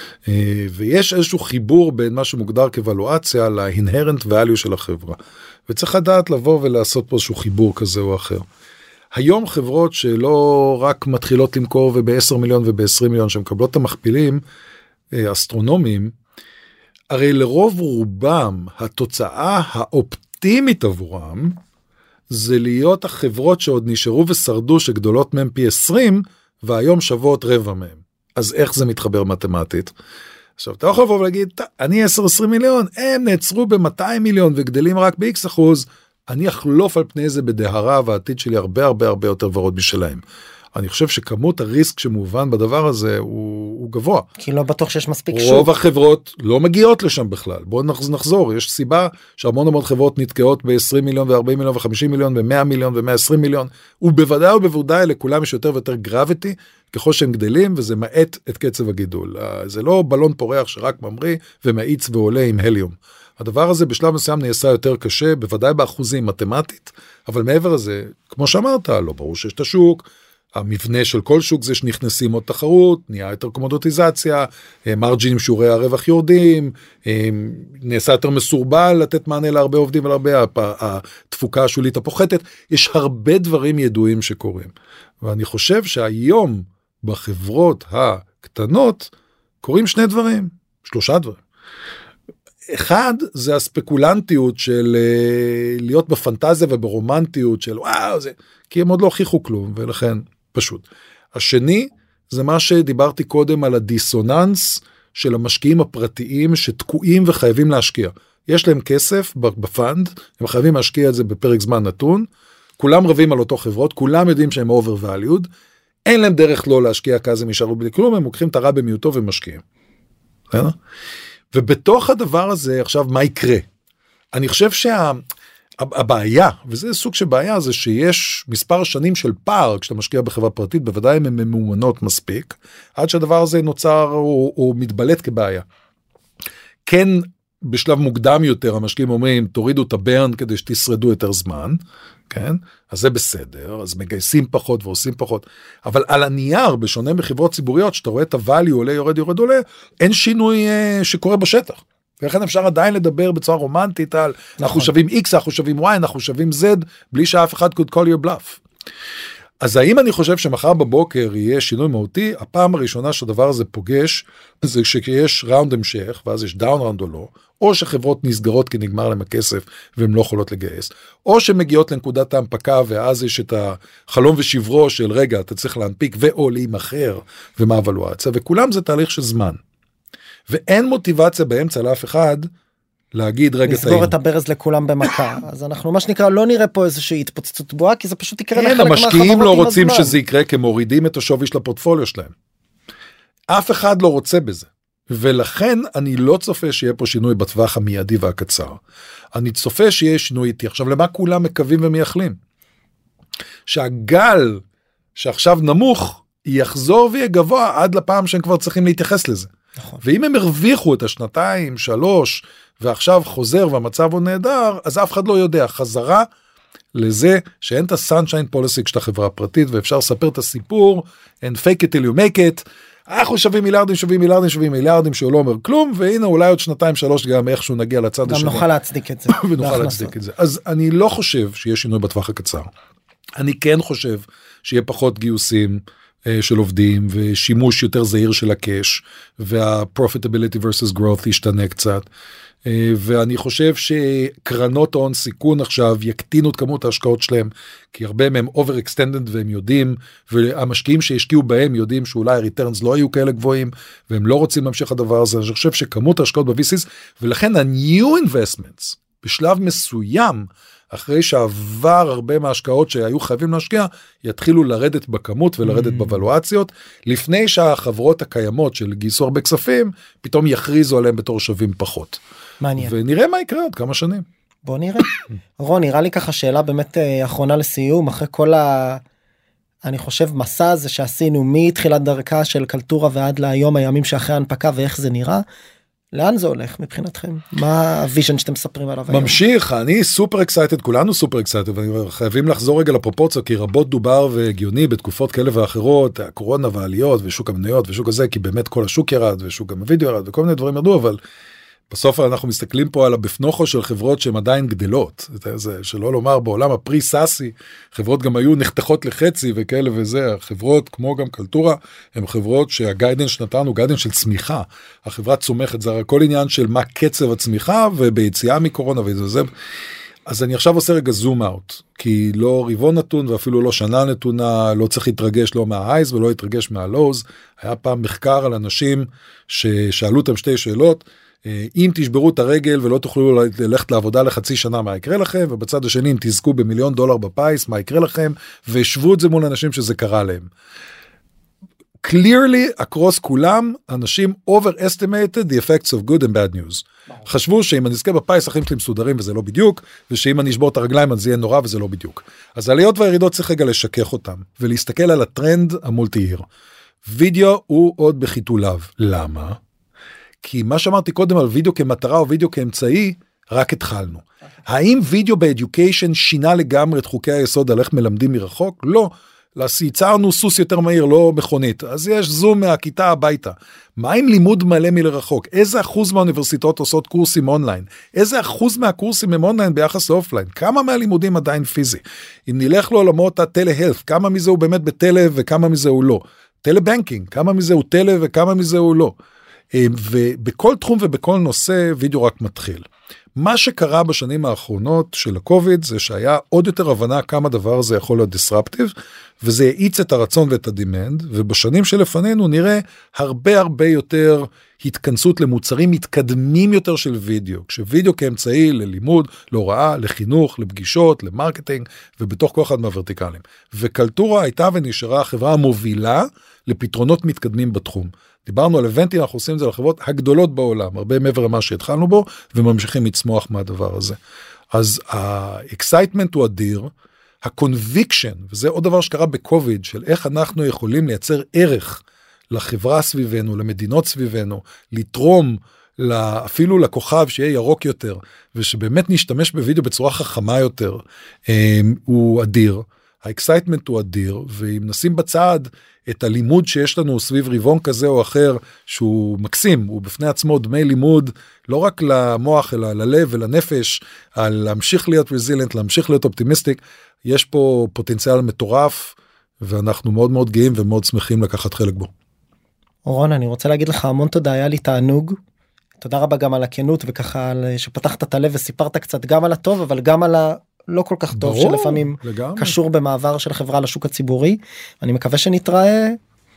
ויש איזשהו חיבור בין מה שמוגדר כוולואציה, ל-inherent value של החברה. וצריך לדעת לבוא ולעשות פה איזשהו חיבור כזה או אחר. היום חברות שלא רק מתחילות למכור וב-10 מיליון וב-20 מיליון, שמקבלות את המכפילים אסטרונומיים, הרי לרוב רובם התוצאה האופטימית עבורם, זה להיות החברות שעוד נשארו ושרדו שגדולות מהם פי 20, והיום שוות רבע מהם. אז איך זה מתחבר מתמטית? עכשיו, אתה יכול לבוא ולהגיד, אני 10-20 מיליון, הם נעצרו ב-200 מיליון וגדלים רק ב-X אחוז, אני אחלוף על פני זה בדהרה, והעתיד שלי הרבה הרבה הרבה יותר ורוד משלהם. אני חושב שכמות הריסק שמובן בדבר הזה הוא גבוה. כי לא בטוח שיש מספיק שוק. רוב החברות לא מגיעות לשם בכלל. בואו נחזור. יש סיבה שהמון המון חברות נתקעות ב-20 מיליון ו-40 מיליון ו-50 מיליון ו-100 מיליון ו-120 מיליון. ובוודאי ובוודאי לכולם יש יותר ויותר גרביטי ככל שהם גדלים, וזה מאט את קצב הגידול. זה לא בלון פורח שרק ממריא ומאיץ ועולה עם הליום. הדבר הזה בשלב מסוים נעשה יותר קשה, בוודאי באחוזים מתמטית, אבל מעבר לזה, כמו שאמרת, לא ברור שיש את השוק, המבנה של כל שוק זה שנכנסים עוד תחרות, נהיה יותר קומודיטיזציה, מרג'ינים שיעורי הרווח יורדים, נעשה יותר מסורבל לתת מענה להרבה עובדים ולהרבה, התפוקה השולית הפוחתת, יש הרבה דברים ידועים שקורים. ואני חושב שהיום בחברות הקטנות קורים שני דברים, שלושה דברים. אחד זה הספקולנטיות של להיות בפנטזיה וברומנטיות של וואו, זה, כי הם עוד לא הוכיחו כלום, ולכן פשוט. השני זה מה שדיברתי קודם על הדיסוננס של המשקיעים הפרטיים שתקועים וחייבים להשקיע. יש להם כסף בפנד, הם חייבים להשקיע את זה בפרק זמן נתון, כולם רבים על אותו חברות, כולם יודעים שהם overvalued, אין להם דרך לא להשקיע כזה משארו בלי כלום, הם לוקחים את הרע במיעוטו ומשקיעים. בסדר? ובתוך הדבר הזה, עכשיו, מה יקרה? אני חושב שהבעיה, וזה סוג של בעיה, זה שיש מספר שנים של פער, כשאתה משקיע בחברה פרטית, בוודאי הן ממומנות מספיק, עד שהדבר הזה נוצר, או מתבלט כבעיה. כן, בשלב מוקדם יותר, המשקיעים אומרים, תורידו את הברן כדי שתשרדו יותר זמן, כן? אז זה בסדר, אז מגייסים פחות ועושים פחות, אבל על הנייר, בשונה מחברות ציבוריות, שאתה רואה את הvalue עולה, יורד, יורד, עולה, אין שינוי שקורה בשטח. ולכן אפשר עדיין לדבר בצורה רומנטית על, אנחנו שווים X, אנחנו שווים Y, אנחנו שווים Z, בלי שאף אחד could call your bluff. אז האם אני חושב שמחר בבוקר יהיה שינוי מהותי, הפעם הראשונה שהדבר הזה פוגש, זה כשיש ראונד המשך, ואז יש דאון ראונד או לא, או שחברות נסגרות כי נגמר להם הכסף, והן לא יכולות לגייס, או שמגיעות לנקודת ההנפקה, ואז יש את החלום ושברו של רגע, אתה צריך להנפיק ואו להימחר, ומה הוולואציה, וכולם זה תהליך של זמן. ואין מוטיבציה באמצע לאף אחד, להגיד רגע נסגור את הברז לכולם במכה. אז אנחנו מה שנקרא לא נראה פה איזושהי התפוצצות בועה, כי זה פשוט יקרה לחלק מהחברות עם הזמן. המשקיעים לא רוצים שזה יקרה, כי מורידים את השווי של הפורטפוליו שלהם. אף אחד לא רוצה בזה. ולכן אני לא צופה שיהיה פה שינוי בטווח המיידי והקצר. אני צופה שיהיה שינוי איתי. עכשיו, למה כולם מקווים ומייחלים? שהגל שעכשיו נמוך, יחזור ויהיה גבוה עד לפעם שהם כבר צריכים להתייחס לזה. נכון. ואם הם הרוויחו את השנתיים, 3, ועכשיו חוזר והמצב הוא נהדר, אז אף אחד לא יודע. חזרה לזה שאין את ה-sunshine policy כשאתה חברה פרטית, ואפשר לספר את הסיפור, and fake it till you make it, אנחנו שווים מיליארדים, שהוא לא אומר כלום, והנה אולי עוד 2-3 גם איכשהו נגיע לצד השני. גם נוכל להצדיק את זה. ונוכל להצדיק את זה. אז אני לא חושב שיש שינוי בטווח הקצר. אני כן חושב שיהיה פחות גיוסים של עובדים, ושימוש יותר זהיר של הקש, וה-profitability versus growth ישתנה קצת. ואני חושב שקרנות ההון סיכון עכשיו יקטינו את כמות ההשקעות שלהם, כי הרבה מהם overextended והם יודעים, והמשקיעים שהשקיעו בהם יודעים שאולי ה-returns לא היו כאלה גבוהים, והם לא רוצים להמשיך הדבר הזה. אני חושב שכמות ההשקעות ב-VCs, ולכן ה-new investments, בשלב מסוים, אחרי שעבר הרבה מההשקעות שהיו חייבים להשקיע, יתחילו לרדת בכמות ולרדת בוולואציות, לפני שהחברות הקיימות של גייסו הרבה כספים, פתאום יכריזו עליהם בתור שווים פחות. מעניין. ונראה מה יקרה עוד כמה שנים. בוא נראה. רון, נראה לי ככה שאלה באמת אחרונה לסיום, אחרי כל אני חושב מסע הזה שעשינו מתחילת דרכה של קלטורה ועד להיום הימים שאחרי ההנפקה ואיך זה נראה, לאן זה הולך מבחינתכם? מה הוויז'ן שאתם מספרים עליו היום? ממשיך, אני סופר אקסייטד, כולנו סופר אקסייטד, וחייבים לחזור רגע לפרופורציה, כי רבות דובר והגיוני בתקופות כאלה ואחרות, הקורונה והעליות ושוק המניות ושוק הזה, כי באמת כל השוק ירד ושוק גם הוידאו ירד וכל מיני דברים ירדו, אבל בסוף אנחנו מסתכלים פה על הבפנוכו של חברות שהן עדיין גדלות, שלא לומר בעולם הפרי סאסי, חברות גם היו נחתכות לחצי וכאלה וזה, החברות כמו גם קלטורה, הן חברות שהגיידנס שנתן הוא גיידנס של צמיחה, החברה צומחת, זה כל עניין של מה קצב הצמיחה וביציאה מקורונה וזה, אז אני עכשיו עושה רגע זום אאוט, כי לא רבעון נתון ואפילו לא שנה נתונה, לא צריך להתרגש לא מההייז ולא להתרגש מהלוז, היה פעם מחקר על אנשים ששאלו אותם 2 שאלות, אם תשברו את הרגל ולא תוכלו ללכת לעבודה לחצי שנה, מה יקרה לכם? ובצד השני, אם תזכו ב$1,000,000 בפיס, מה יקרה לכם? והשוו את זה מול אנשים שזה קרה להם. Clearly, across כולם, אנשים overestimated the effects of good and bad news. חשבו שאם אני אזכה בפיס, החיים שלי מסודרים וזה לא בדיוק, ושאם אני אשבור את הרגליים, אז זה יהיה נורא וזה לא בדיוק. אז העליות והירידות צריך רגע לשכך אותם, ולהסתכל על הטרנד המולטי-עיר. וידאו הוא עוד בחיתוליו. למה? כי מה שאמרתי קודם על וידאו כמטרה או וידאו כאמצעי, רק התחלנו. האם וידאו באדיוקיישן שינה לגמרי את חוקי היסוד על איך מלמדים מרחוק? לא. ייצרנו סוס יותר מהיר, לא מכונית. אז יש זום מהכיתה הביתה. מה עם לימוד מלא מלרחוק? איזה אחוז מהאוניברסיטאות עושות קורסים אונליין? איזה אחוז מהקורסים הם אונליין ביחס לאופליין? כמה מהלימודים עדיין פיזי? אם נלך לעולמות הטלה-הלף, כמה מזה הוא באמת בטלה וכמה מזה הוא לא? טלה-בנקינג, כמה מזה הוא טלה וכמה מזה הוא לא? ובכל תחום ובכל נושא וידאו רק מתחיל. מה שקרה בשנים האחרונות של הקוביד זה שהיה עוד יותר הבנה כמה דבר זה יכול להיות דיסרפטיב, וזה יעיץ את הרצון ואת הדימנד, ובשנים שלפנינו נראה הרבה יותר התכנסות למוצרים מתקדמים יותר של וידאו, כשווידאו כאמצעי ללימוד, להוראה, לחינוך, לפגישות, למרקטינג, ובתוך כל אחד מהוורטיקלים. וקלטורה הייתה ונשארה החברה המובילה לפתרונות מתקדמים בתחום. דיברנו על איבנטים, אנחנו עושים את זה לחברות הגדולות בעולם, הרבה מעבר למה שהתחלנו בו, וממשיכים לצמוח מהדבר הזה. אז האקסייטמנט הוא אדיר, הקונביקשן, וזה עוד דבר שקרה בקוביד, של איך אנחנו יכולים לייצר ערך לחברה סביבנו, למדינות סביבנו, לתרום אפילו לכוכב שיהיה ירוק יותר, ושבאמת נשתמש בווידאו בצורה חכמה יותר, הוא אדיר. האקסייטמנט הוא אדיר, ואם נשים בצד את הלימוד שיש לנו סביב רבעון כזה או אחר, שהוא מקסים, הוא בפני עצמו דמי לימוד, לא רק למוח, אלא ללב ולנפש, על להמשיך להיות רזילנט, להמשיך להיות אופטימיסטיק, יש פה פוטנציאל מטורף, ואנחנו מאוד מאוד גאים ומאוד שמחים לקחת חלק בו. רון, אני רוצה להגיד לך המון תודה, היה לי תענוג, תודה רבה גם על הכנות, וככה שפתחת את הלב וסיפרת קצת גם על הטוב, אבל גם על לא כל כך טוב, ברור, שלפעמים לגמרי. קשור במעבר של החברה לשוק הציבורי. אני מקווה שנתראה,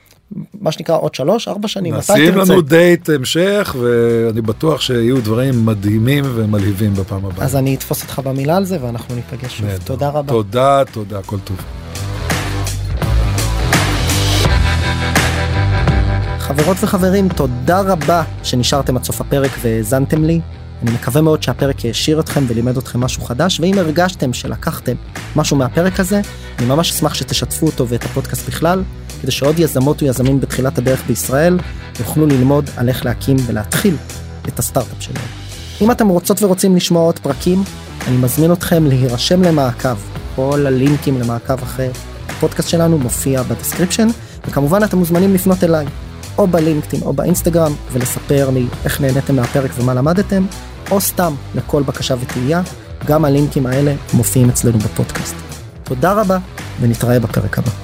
מה שנקרא, עוד 3-4 שנים. נשים לנו דייט המשך, ואני בטוח שיהיו דברים מדהימים ומלהיבים בפעם הבאה. אז אני אתפוס אותך במילה על זה, ואנחנו ניפגש שוב. תודה רבה. תודה, כל טוב. חברות וחברים, תודה רבה שנשארתם עד סוף הפרק והאזנתם לי. אני מקווה מאוד שהפרק ישיר אתכם ולימד אתכם משהו חדש, ואם הרגשתם שלקחתם משהו מהפרק הזה, אני ממש אשמח שתשתפו אותו ואת הפודקאסט בכלל, כדי שעוד יזמות ויזמים בתחילת הדרך בישראל יוכלו ללמוד על איך להקים ולהתחיל את הסטארט-אפ שלהם. אם אתם רוצות ורוצים לשמוע עוד פרקים, אני מזמין אתכם להירשם למעקב. כל הלינקים למעקב אחרי הפודקאסט שלנו מופיע בדסקריפשן, וכמובן אתם מוזמנים לפנות אליי, או בלינקדאין או באינסטגרם, ולספר לי איך נהניתם מהפרק ומה למדתם, או סתם לכל בקשה ותהייה. גם הלינקים האלה מופיעים אצלנו בפודקאסט. תודה רבה, ונתראה בפרק הבא.